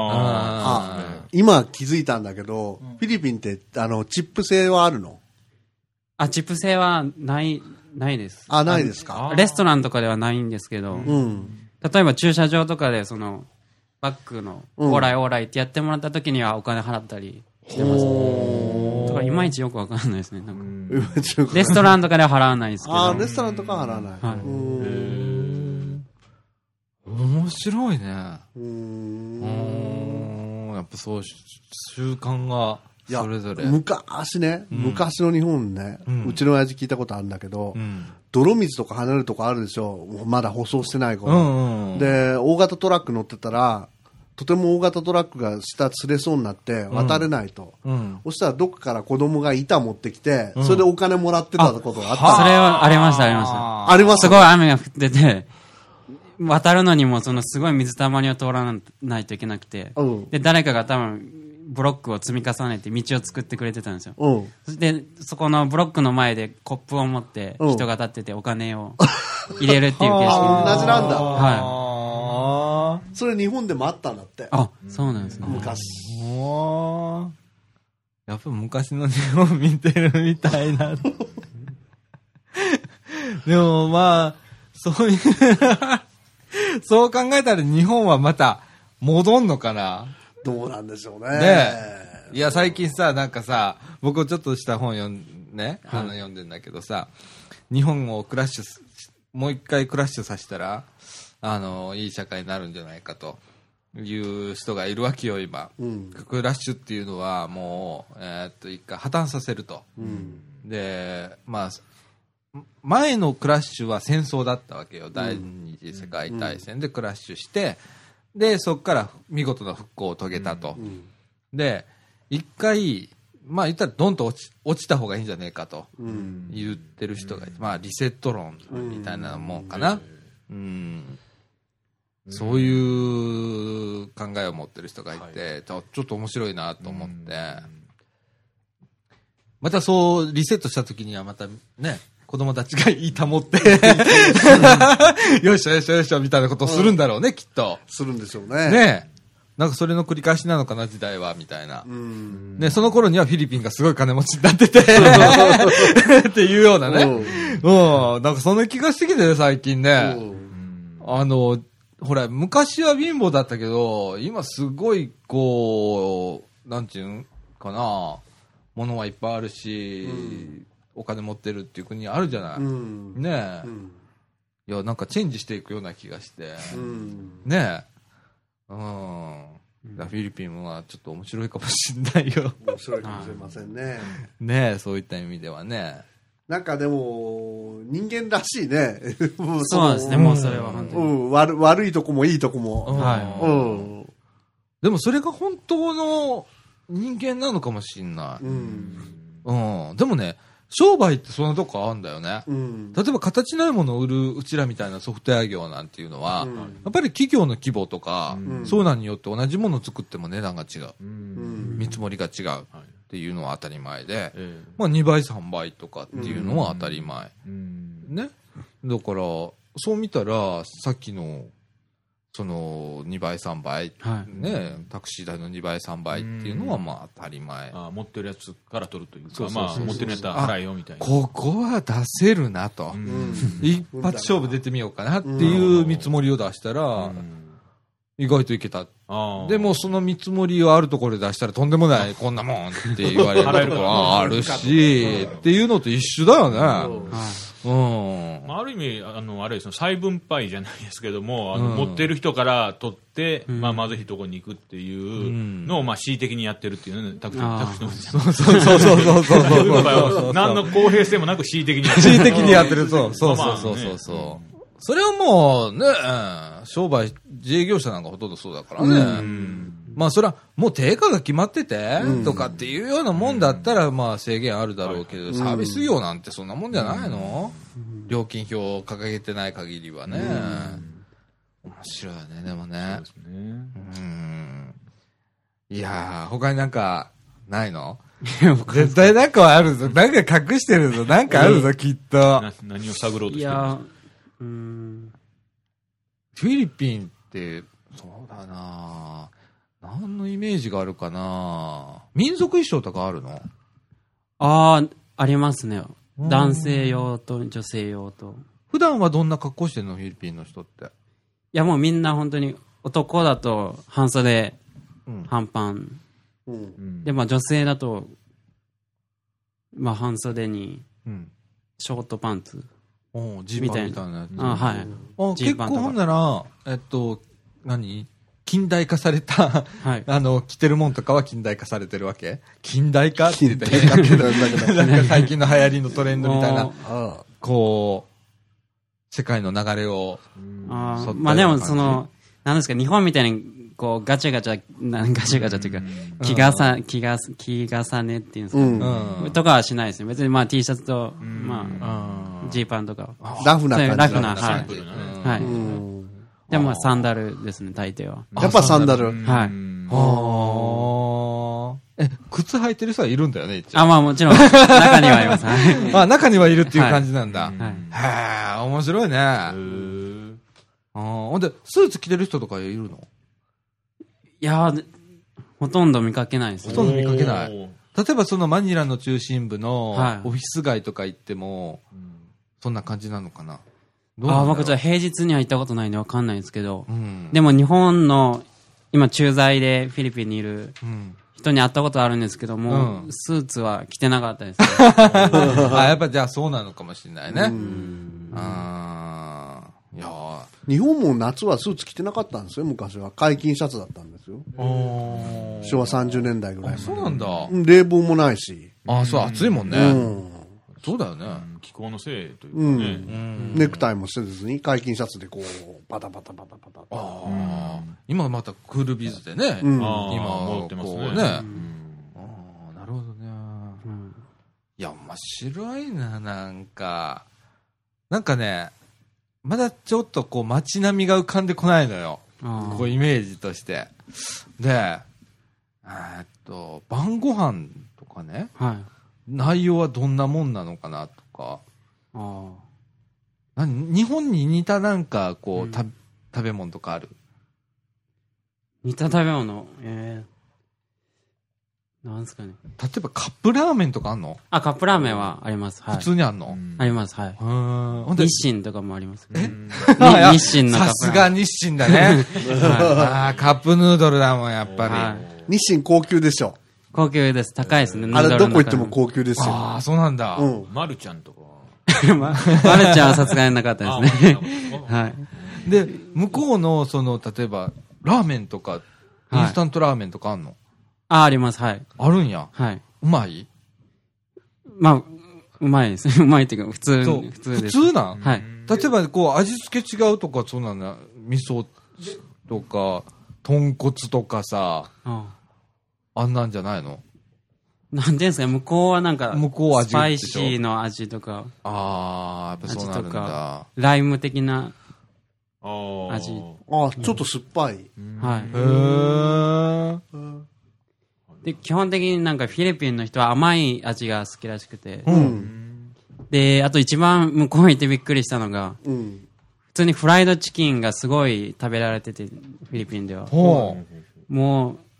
今気づいたんだけど、フィリピンって、チップ制はあるの？ チップ制はないです。 ないですか？ レストランとかではないんですけど、例えば駐車場とかで、バックの、オーライってやってもらった時にはお金払ったりしてますね。だからいまいちよくわかんないですね。レストランとかでは払わないですけど。 レストランとかは払わない。 面白いね。やっぱそう、習慣がそれぞれ。 昔の日本ね、うちの親父聞いたことあるんだけど、泥水とか跳ねるとこあるでしょ、まだ舗装してない頃。で、大型トラック乗ってたら、とても大型トラックが下擦れそうになって渡れないと。そしたらどっかから子供が板持ってきて、それでお金もらってたことがあった。 それはありました。 あります。 すごい雨が降ってて、渡るのにもすごい水たまりを通らないといけなくて、で、誰かが多分、ブロックを積み重ねて道を作ってくれてたんですよ。そしてそこのブロックの前でコップを持って人が立っててお金を入れるっていう形式。 同じなんだ。 はい。 それ日本でもあったんだって。 そうなんですね。 昔。 やっぱ昔の日本見てるみたいな。でもまあ、そういうそう考えたら日本はまた戻んのかな。 どうなんでしょうね。 いや、最近さ、なんかさ、僕ちょっとした本読んでんだけどさ、日本をもう一回クラッシュさせたら、いい社会になるんじゃないかという人がいるわけよ、今。クラッシュっていうのはもう、一回破綻させると。で、まあ、前のクラッシュは戦争だったわけよ。第二次世界大戦でクラッシュして、で、そこから見事な復興を遂げたと。で、一回、まあ言ったらドンと落ちた方がいいんじゃねえかと言ってる人がいて、まあリセット論みたいなもんかな。そういう考えを持ってる人がいて、ちょっと面白いなと思って、またそうリセットした時にはまたね、子供たちが言い保ってよいしょよいしょよいしょみたいなことをするんだろうね、きっと。 するんでしょうね。 ねえ。なんかそれの繰り返しなのかな、時代は、みたいな。ね、その頃にはフィリピンがすごい金持ちになっててっていうようなね。なんかそんな気がしてきてね、最近ね。ほら、昔は貧乏だったけど、今すごい、こう、なんちゅうんかな、物はいっぱいあるし、お金持ってるっていう国あるじゃない。ねえ。 いや、なんかチェンジしていくような気がして。ねえ。フィリピンはちょっと面白いかもしれないよ。 面白いかもしれませんね。 ねえ、そういった意味ではね。 なんかでも、人間らしいね。 そうですね、もうそれは本当に。悪いとこもいいとこも。はい。 でもそれが本当の人間なのかもしれない。でもね、商売ってそんなとこあるんだよね。例えば形ないものを売るうちらみたいなソフトウェア業なんていうのは、やっぱり企業の規模とか、そういうのによって同じものを作っても値段が違う。見積もりが違うっていうのは当たり前で、まあ2倍3倍とかっていうのは当たり前。ね。だから、そう見たら、さっきの、その2倍3倍、ね、タクシー代の2倍3倍っていうのはまあ当たり前。 持ってるやつから取るというか、まあ持ってるやつは払いよみたいな。 ここは出せるなと。一発勝負出てみようかなっていう見積もりを出したら、意外といけた。でもその見積もりをあるところで出したらとんでもないこんなもんって言われるところがあるし、っていうのと一緒だよね。 ある意味、あれですね、再分配じゃないですけども、持ってる人から取って、まあ、貧しいところに行くっていうのを、まあ、恣意的にやってるっていうね、タクシーのそう。何の公平性もなく恣意的にやってる。 恣意的にやってる、そう。それはもう、ね、商売、自営業者なんかほとんどそうだからね。まあそれはもう定価が決まっててとかっていうようなもんだったらまあ制限あるだろうけど、サービス業なんてそんなもんじゃないの？料金表を掲げてない限りはね。面白いよね、でもね。そうですね。いやー、他になんかないの？絶対なんかはあるぞ。なんか隠してるぞ。なんかあるぞ、きっと。 何を探ろうとしてる？いや、 フィリピンって、そうだなぁ。何のイメージがあるかな。民族衣装とかあるの？ ありますね。男性用と女性用と。 普段はどんな格好してるの？フィリピンの人って。いやもうみんな本当に男だと半袖、半パン。でまあ女性だとまあ半袖にショートパンツみたいな。 はい。 結構ほんなら何？近代化された、着てるもんとかは近代化されてるわけ？近代化って言って変だけど、なんか最近の流行りのトレンドみたいな、こう、世界の流れを。 まあでもなんですか、日本みたいに、こう、ガチャガチャっていうか、気重ねっていうんですか、とかはしないですね。別にまあ T シャツと、まあ、ジーパンとか。 ラフな感じ。 ラフな、はい。でもサンダルですね、大抵は。 やっぱサンダル。 はい。 靴履いてる人はいるんだよね、一応。まあもちろん、中にはあります。 中にはいるっていう感じなんだ。へぇ、面白いね。ほんで、スーツ着てる人とかいるの？ いやほとんど見かけないですね。 ほとんど見かけない。例えばそのマニラの中心部のオフィス街とか行っても、そんな感じなのかな？ 僕じゃ平日には行ったことないんでわかんないんですけど、でも日本の今駐在でフィリピンにいる人に会ったことあるんですけども、スーツは着てなかったですね。 やっぱじゃあそうなのかもしれないね。 いや日本も夏はスーツ着てなかったんですよ、昔は。解禁シャツだったんですよ。昭和30年代ぐらい。 そうなんだ。 冷房もないし。 そう、暑いもんね。そうだよね。 気候のせいというかね。 ネクタイもせずに解禁シャツでこう、パタパタパタパタ。 今またクールビズでね。今、 戻ってますね。 なるほどね。いや、面白いな、なんかね、まだちょっとこう街並みが浮かんでこないのよ。こうイメージとして。で、晩ご飯とかね。内容はどんなもんなのかなとか。日本に似たなんかこう、食べ物とかある？ 似た食べ物なんですかね。 例えばカップラーメンとかあんの？ カップラーメンはあります。 普通にあんの？ あります、はい。日清とかもあります。 日清のカップラーメン。 さすが日清だね。カップヌードルだもん、やっぱり。日清高級でしょ。 高級です。高いですね。 あれどこ行っても高級ですよ。 そうなんだ。 マルちゃんとか。 マルちゃんはさすがになかったですね。はい。 で、向こうの、例えば、ラーメンとか、インスタントラーメンとかあんの？ あります、はい。 あるんや。 はい。 うまい？ まあ、うまいです。うまいっていうか、普通です。 普通なん？ はい。 例えば、こう、味付け違うとか、そうなんだ。味噌とか、豚骨とかさ、あんなんじゃないの？ なんていうんですか、向こうはなんか、 スパイシーの味とか。 やっぱそうなるんだ。 ライム的な味。 ちょっと酸っぱい。 はい。で、基本的になんかフィリピンの人は甘い味が好きらしくて。で、あと一番向こう行ってびっくりしたのが、普通にフライドチキンがすごい食べられてて、フィリピンでは。もう、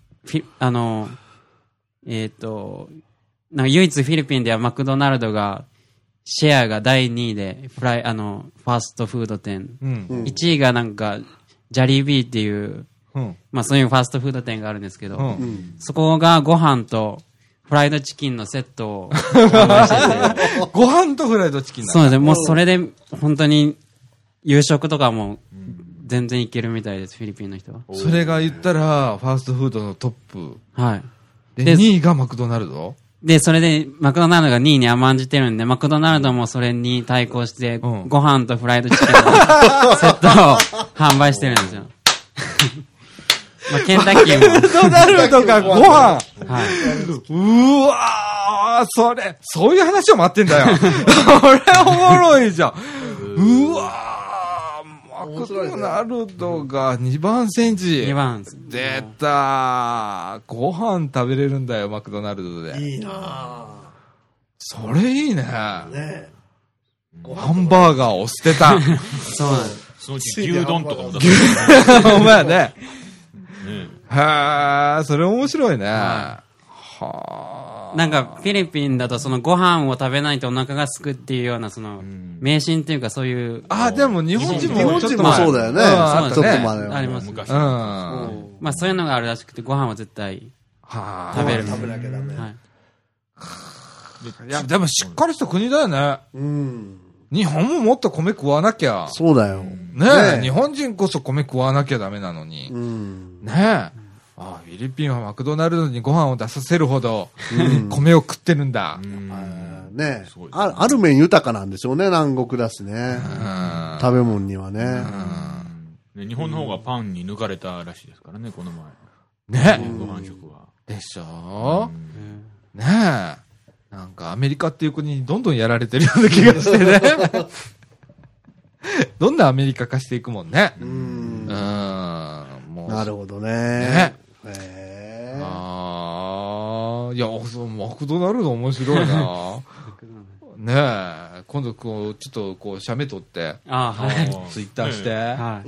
なんか唯一フィリピンではマクドナルドがシェアが第2位でファーストフード店、1位がなんかジャリービーっていう、まあそういうファーストフード店があるんですけど、そこがご飯とフライドチキンのセットを販売しててご飯とフライドチキンそうですね、もうそれで本当に夕食とかも全然いけるみたいです、フィリピンの人は。 それが言ったらファーストフードのトップ。 はい。 で、2位がマクドナルド？ で、それで、マクドナルドが2位に甘んじてるんで、マクドナルドもそれに対抗して、ご飯とフライドチキンのセットを販売してるんですよ。まあ、ケンタッキーも。 マクドナルドがご飯はい。うわー、そういう話を待ってんだよ。これおもろいじゃん。うわー。マクドナルドが2番煎じ。 2番。 出たー。ご飯食べれるんだよ、マクドナルドで。 いいなぁ。 それいいね。ハンバーガーを捨てた。 そうなんです。 そのうち牛丼とかも出す。 お前ね。へー、それ面白いね。はなんか、フィリピンだとそのご飯を食べないとお腹がすくっていうような、その、迷信っていうかそういう。 でも日本人もそうだよね。ちょっと前あります。 昔。 まあそういうのがあるらしくて、ご飯は絶対食べる。 食べなきゃダメ。 いや、でもしっかりした国だよね。日本ももっと米食わなきゃ。 そうだよ。 ねえ、日本人こそ米食わなきゃダメなのに。ねえ。フィリピンはマクドナルドにご飯を出させるほど、米を食ってるんだ。 ねえ。ある面豊かなんでしょうね、南国だしね。食べ物にはね。 日本の方がパンに抜かれたらしいですからね、この前。ねご飯食は。 でしょねえ。なんかアメリカっていう国にどんどんやられてるような気がしてね。どんどんアメリカ化していくもんね。 なるほどね。 いや、マクドナルド面白いな。ねえ、今度こう、ちょっとこう、写メ撮って、ツイッターして、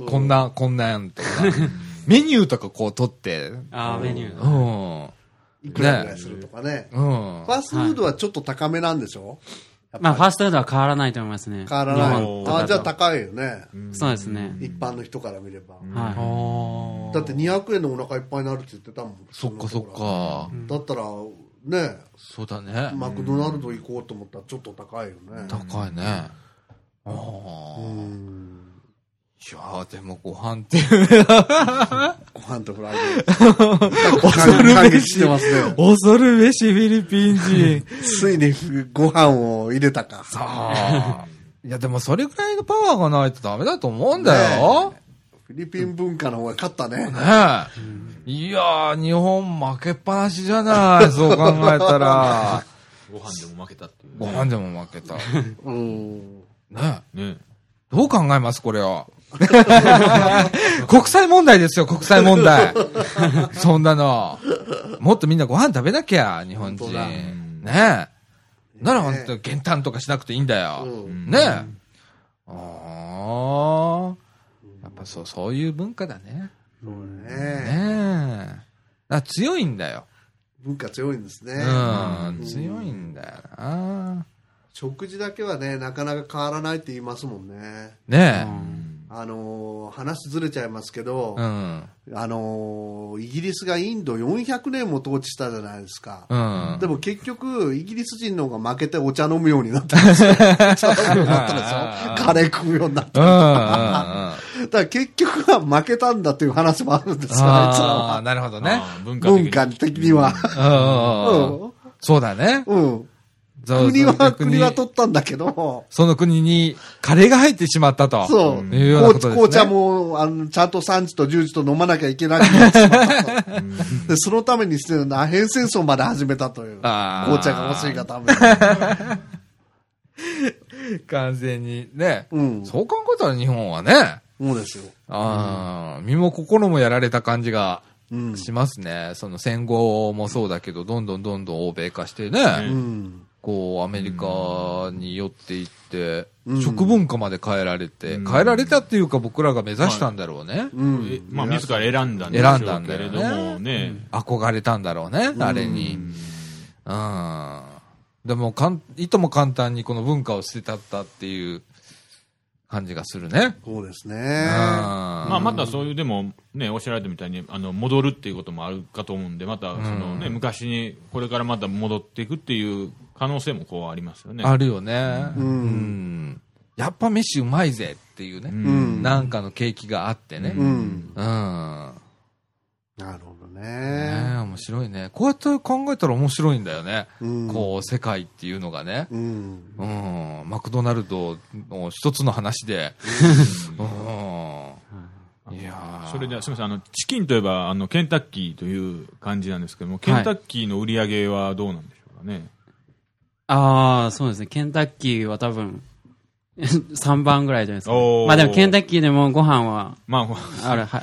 こんなんとか、メニューとかこう撮って、 メニュー。 いくらぐらいするとかね。ファーストフードはちょっと高めなんでしょ？ まあ、ファーストフードは変わらないと思いますね。 変わらない。じゃあ高いよね。 そうですね。 一般の人から見れば。 はい。 だって200円のお腹いっぱいになるって言ってたもん。 そっかそっか。 だったら、ね。 そうだね。 マクドナルド行こうと思ったらちょっと高いよね。 高いね。いやー、でもご飯って。 ご飯とフライド。恐るべし。 恐るべしフィリピン人。 ついにご飯を入れたか。 さあ。いや、でもそれぐらいのパワーがないとダメだと思うんだよ。 フィリピン文化の方が勝ったね。 ねえ。いやー、日本負けっぱなしじゃない。そう考えたら。 ご飯でも負けたっていう。 ご飯でも負けた。ねえ。どう考えますこれは。国際問題ですよ、国際問題。そんなの。もっとみんなご飯食べなきゃ、日本人。ねえ。なら、ほんと、減反とかしなくていいんだよ。ねえ。やっぱそういう文化だね。 そうね。 ねえ。だ強いんだよ。 文化強いんですね。 強いんだよな。 食事だけはね、なかなか変わらないって言いますもんね。 ねえ。 話ずれちゃいますけど、イギリスがインド400年も統治したじゃないですか。でも結局、イギリス人の方が負けてお茶飲むようになったんですよ。お茶飲むようになったでしょ。カレー食うようになった。だから結局は負けたんだっていう話もあるんですよ、あいつらは。 なるほどね。 文化的には。 そうだね。国は取ったんだけど。 その国にカレーが入ってしまったと。 そう。いうようなことですね。紅茶も、ちゃんと3時と10時と飲まなきゃいけなくなってしまったと。で、そのためにしてるアヘン戦争まで始めたという。紅茶が欲しいがために。完全にね。そう考えたら日本はね。 そうですよ。 身も心もやられた感じが。しますね。その戦後もそうだけど、どんどん欧米化してね、こう、アメリカに寄っていって、食文化まで変えられて、変えられたっていうか僕らが目指したんだろうね。 まあ、自ら選んだんでしょうけれどもね。憧れたんだろうね、あれに。でも、いとも簡単にこの文化を捨てたったっていう感じがするね。 そうですね。 まあ、またそういう、でも、ね、おっしゃられたみたいに、戻るっていうこともあるかと思うんで、また、そのね、昔に、これからまた戻っていくっていう可能性もこうありますよね。 あるよね。やっぱ飯うまいぜっていうね。なんかの景気があってね。 なるほどね。 面白いね。こうやって考えたら面白いんだよね。こう、世界っていうのがね。マクドナルドの一つの話で。 いやそれではすみません、チキンといえばケンタッキーという感じなんですけども、ケンタッキーの売り上げはどうなんでしょうかね。 そうですね。ケンタッキーは多分3番ぐらいじゃないですか。まあでもケンタッキーでもご飯はある、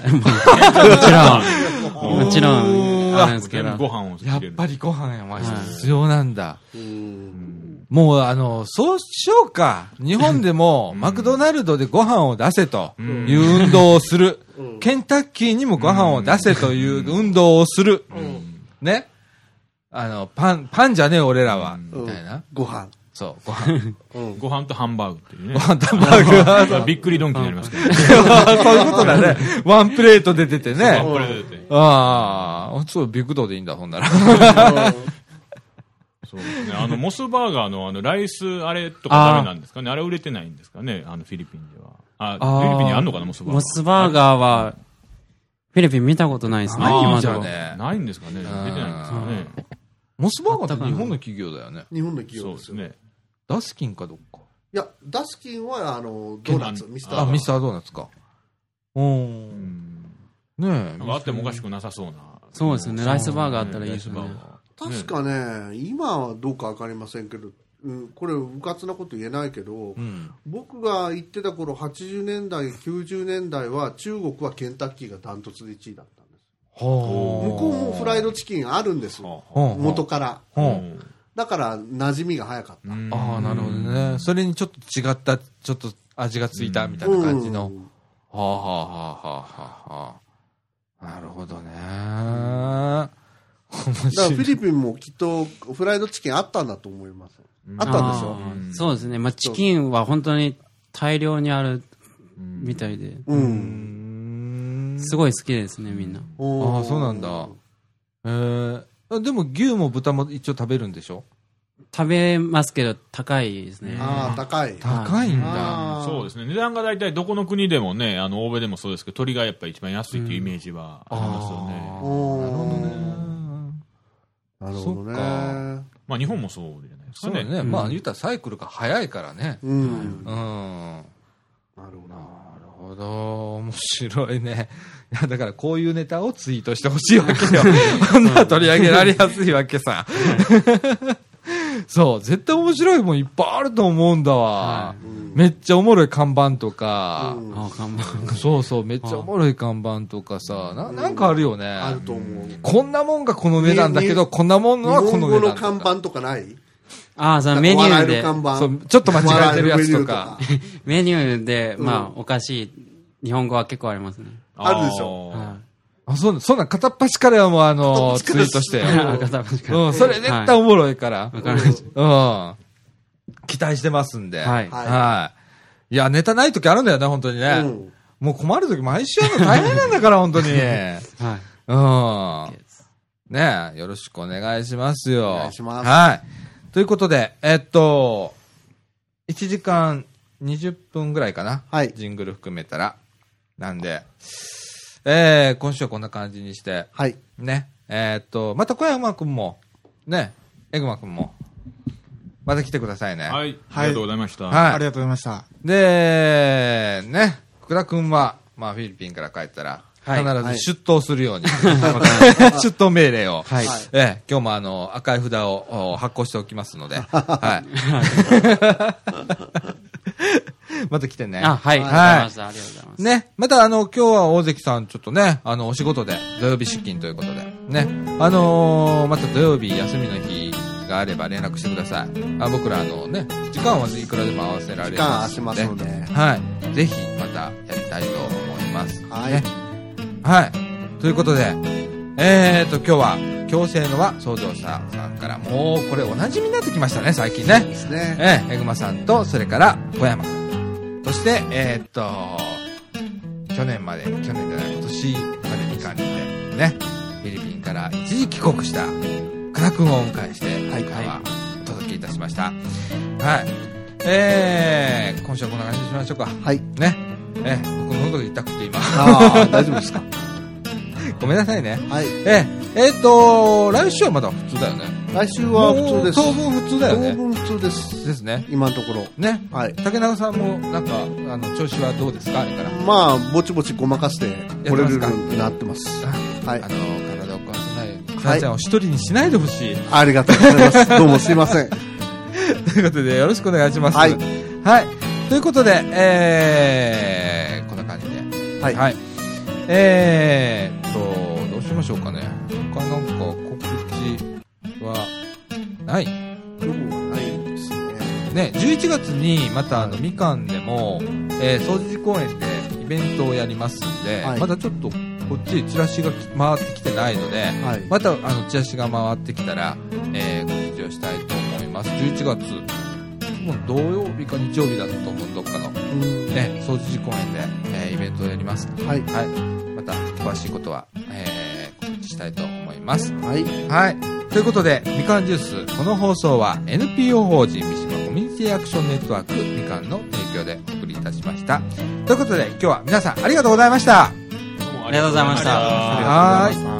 もちろんあるんですけど、 やっぱりご飯は必要なんだ。もうそうしようか。日本でもマクドナルドでご飯を出せという運動をする。ケンタッキーにもご飯を出せという運動をする。ね。パンじゃねえ俺らは。みたいな。 ご飯。 そう、ご飯。 ご飯とハンバーグっていうね。 ご飯とハンバーグ。 びっくりドンキーになりますけどね。 そういうことだね。ワンプレートで出てね。 ワンプレートで出て。 そう、ビッグドでいいんだ、ほんなら。 そうですね。モスバーガーのライスあれとかダメなんですかね。あれ売れてないんですかね。フィリピンでは。フィリピンにあんのかな、モスバーガー。 モスバーガーは、フィリピン見たことないですね。 今じゃね。 ないんですかね。出てないんですかね。 モスバーガーって日本の企業だよね。 日本の企業ですね。 ダスキンかどっか。 いや、ダスキンはドーナツ、 ミスタードーナツか。ねえ。 あってもおかしくなさそうな。 そうですね。ライスバーガーあったらいいですね。 確かね、今はどうかわかりませんけど、これ、うかつなこと言えないけど、僕が行ってた頃、80年代、90年代は、中国はケンタッキーがダントツで1位だったんです。向こうもフライドチキンあるんです、元から。だから、馴染みが早かった。 なるほどね。それにちょっと違った、ちょっと味がついたみたいな感じの。なるほどね。 だからフィリピンもきっとフライドチキンあったんだと思います。あったんでしょ。 そうですね。まあ、チキンは本当に大量にあるみたいで。すごい好きですね、みんな。 そうなんだ。でも牛も豚も一応食べるんでしょ？ 食べますけど高いですね。 高い。 高いんだ。 そうですね。値段が大体どこの国でもね、欧米でもそうですけど、鶏がやっぱり一番安いというイメージはありますよね。 なるほどね。 なるほどね。 まあ日本もそうじゃないですかね。 そうね。まあ言ったらサイクルが早いからね。なるほど。面白いね。いや、だからこういうネタをツイートしてほしいわけよ。こんな取り上げられやすいわけさ。そう、絶対面白いもんいっぱいあると思うんだわ。めっちゃおもろい看板とか。そうそう、めっちゃおもろい看板とかさ、なんかあるよね。 あると思う。 こんなもんがこの値段だけど、こんなもんはこの値段。 日本語の看板とかない？ そのメニューで。 ちょっと間違えてるやつとか。 メニューで、まあ、おかしい日本語は結構ありますね。 あるでしょ。 そんな片っ端からもツイートして。それ絶対おもろいから。期待してますんで。はい。いや、ネタない時あるんだよね、本当にね。 もう困るとき毎週の大変なんだから、本当に。はい。ねえ、よろしくお願いしますよ。 お願いします。 はい。ということで、1時間20分ぐらいかな。はい。ジングル含めたら。なんで、今週はこんな感じにして。はい。ね。また小山くんも、ね、エグマくんも、また来てくださいね。 はい。ありがとうございました。 はい。ありがとうございました。 で、ね、福田くんは、まあフィリピンから帰ったら、必ず出頭するように、出頭命令を、今日も赤い札を発行しておきますので、はい。また来てね。 はい。ありがとうございます。ありがとうございます。 ね。また今日は大関さんちょっとね、お仕事で土曜日出勤ということで、ね。また土曜日休みの日があれば連絡してください。僕らね、時間はいくらでも合わせられますので。時間合わせますので。はい。ぜひまたやりたいと思います。はい。はい。ということで、今日は、強制のは創造者さんから、もうこれお馴染みになってきましたね、最近ね。そうですね。エグマさんと、それから小山くん。そして、去年じゃない、今年までみかんでね、フィリピンから一時帰国したクラ君をお迎えして、今回はお届けいたしました。はい。今週はこんな感じにしましょうか。はい。ね。僕の喉が痛くて今。 大丈夫ですか？ ごめんなさいね。はい。来週はまだ普通だよね。 来週は普通です。 当分普通だよね。 当分普通です。 ですね。 今のところ。 ね。はい。竹中さんも、なんか、調子はどうですかあれから。 まあ、ぼちぼちごまかして、来れるようになってます。 はい。体を壊さないように、かなちゃんを一人にしないでほしい。 ありがとうございます。どうもすいません。 ということで、よろしくお願いします。はい。はい。ということで、こんな感じで。はい。はい。どうしましょうかね。他なんか告知はない？ 今日はないんですね。 ね、11月にまたみかんでも、総除寺公園でイベントをやりますんで、まだちょっとこっちチラシが回ってきてないので、またチラシが回ってきたら、告知をしたいと思います。11月。土曜日か日曜日だったと思う、どっかの。ね、総除寺公園で、イベントをやります。はい。はい。また、詳しいことは、告知したいと思います。はい。はい。ということで、みかんジュース、この放送は NPO 法人三島コミュニティアクションネットワークみかんの提供でお送りいたしました。ということで、今日は皆さんありがとうございました。 どうもありがとうございました。 はい。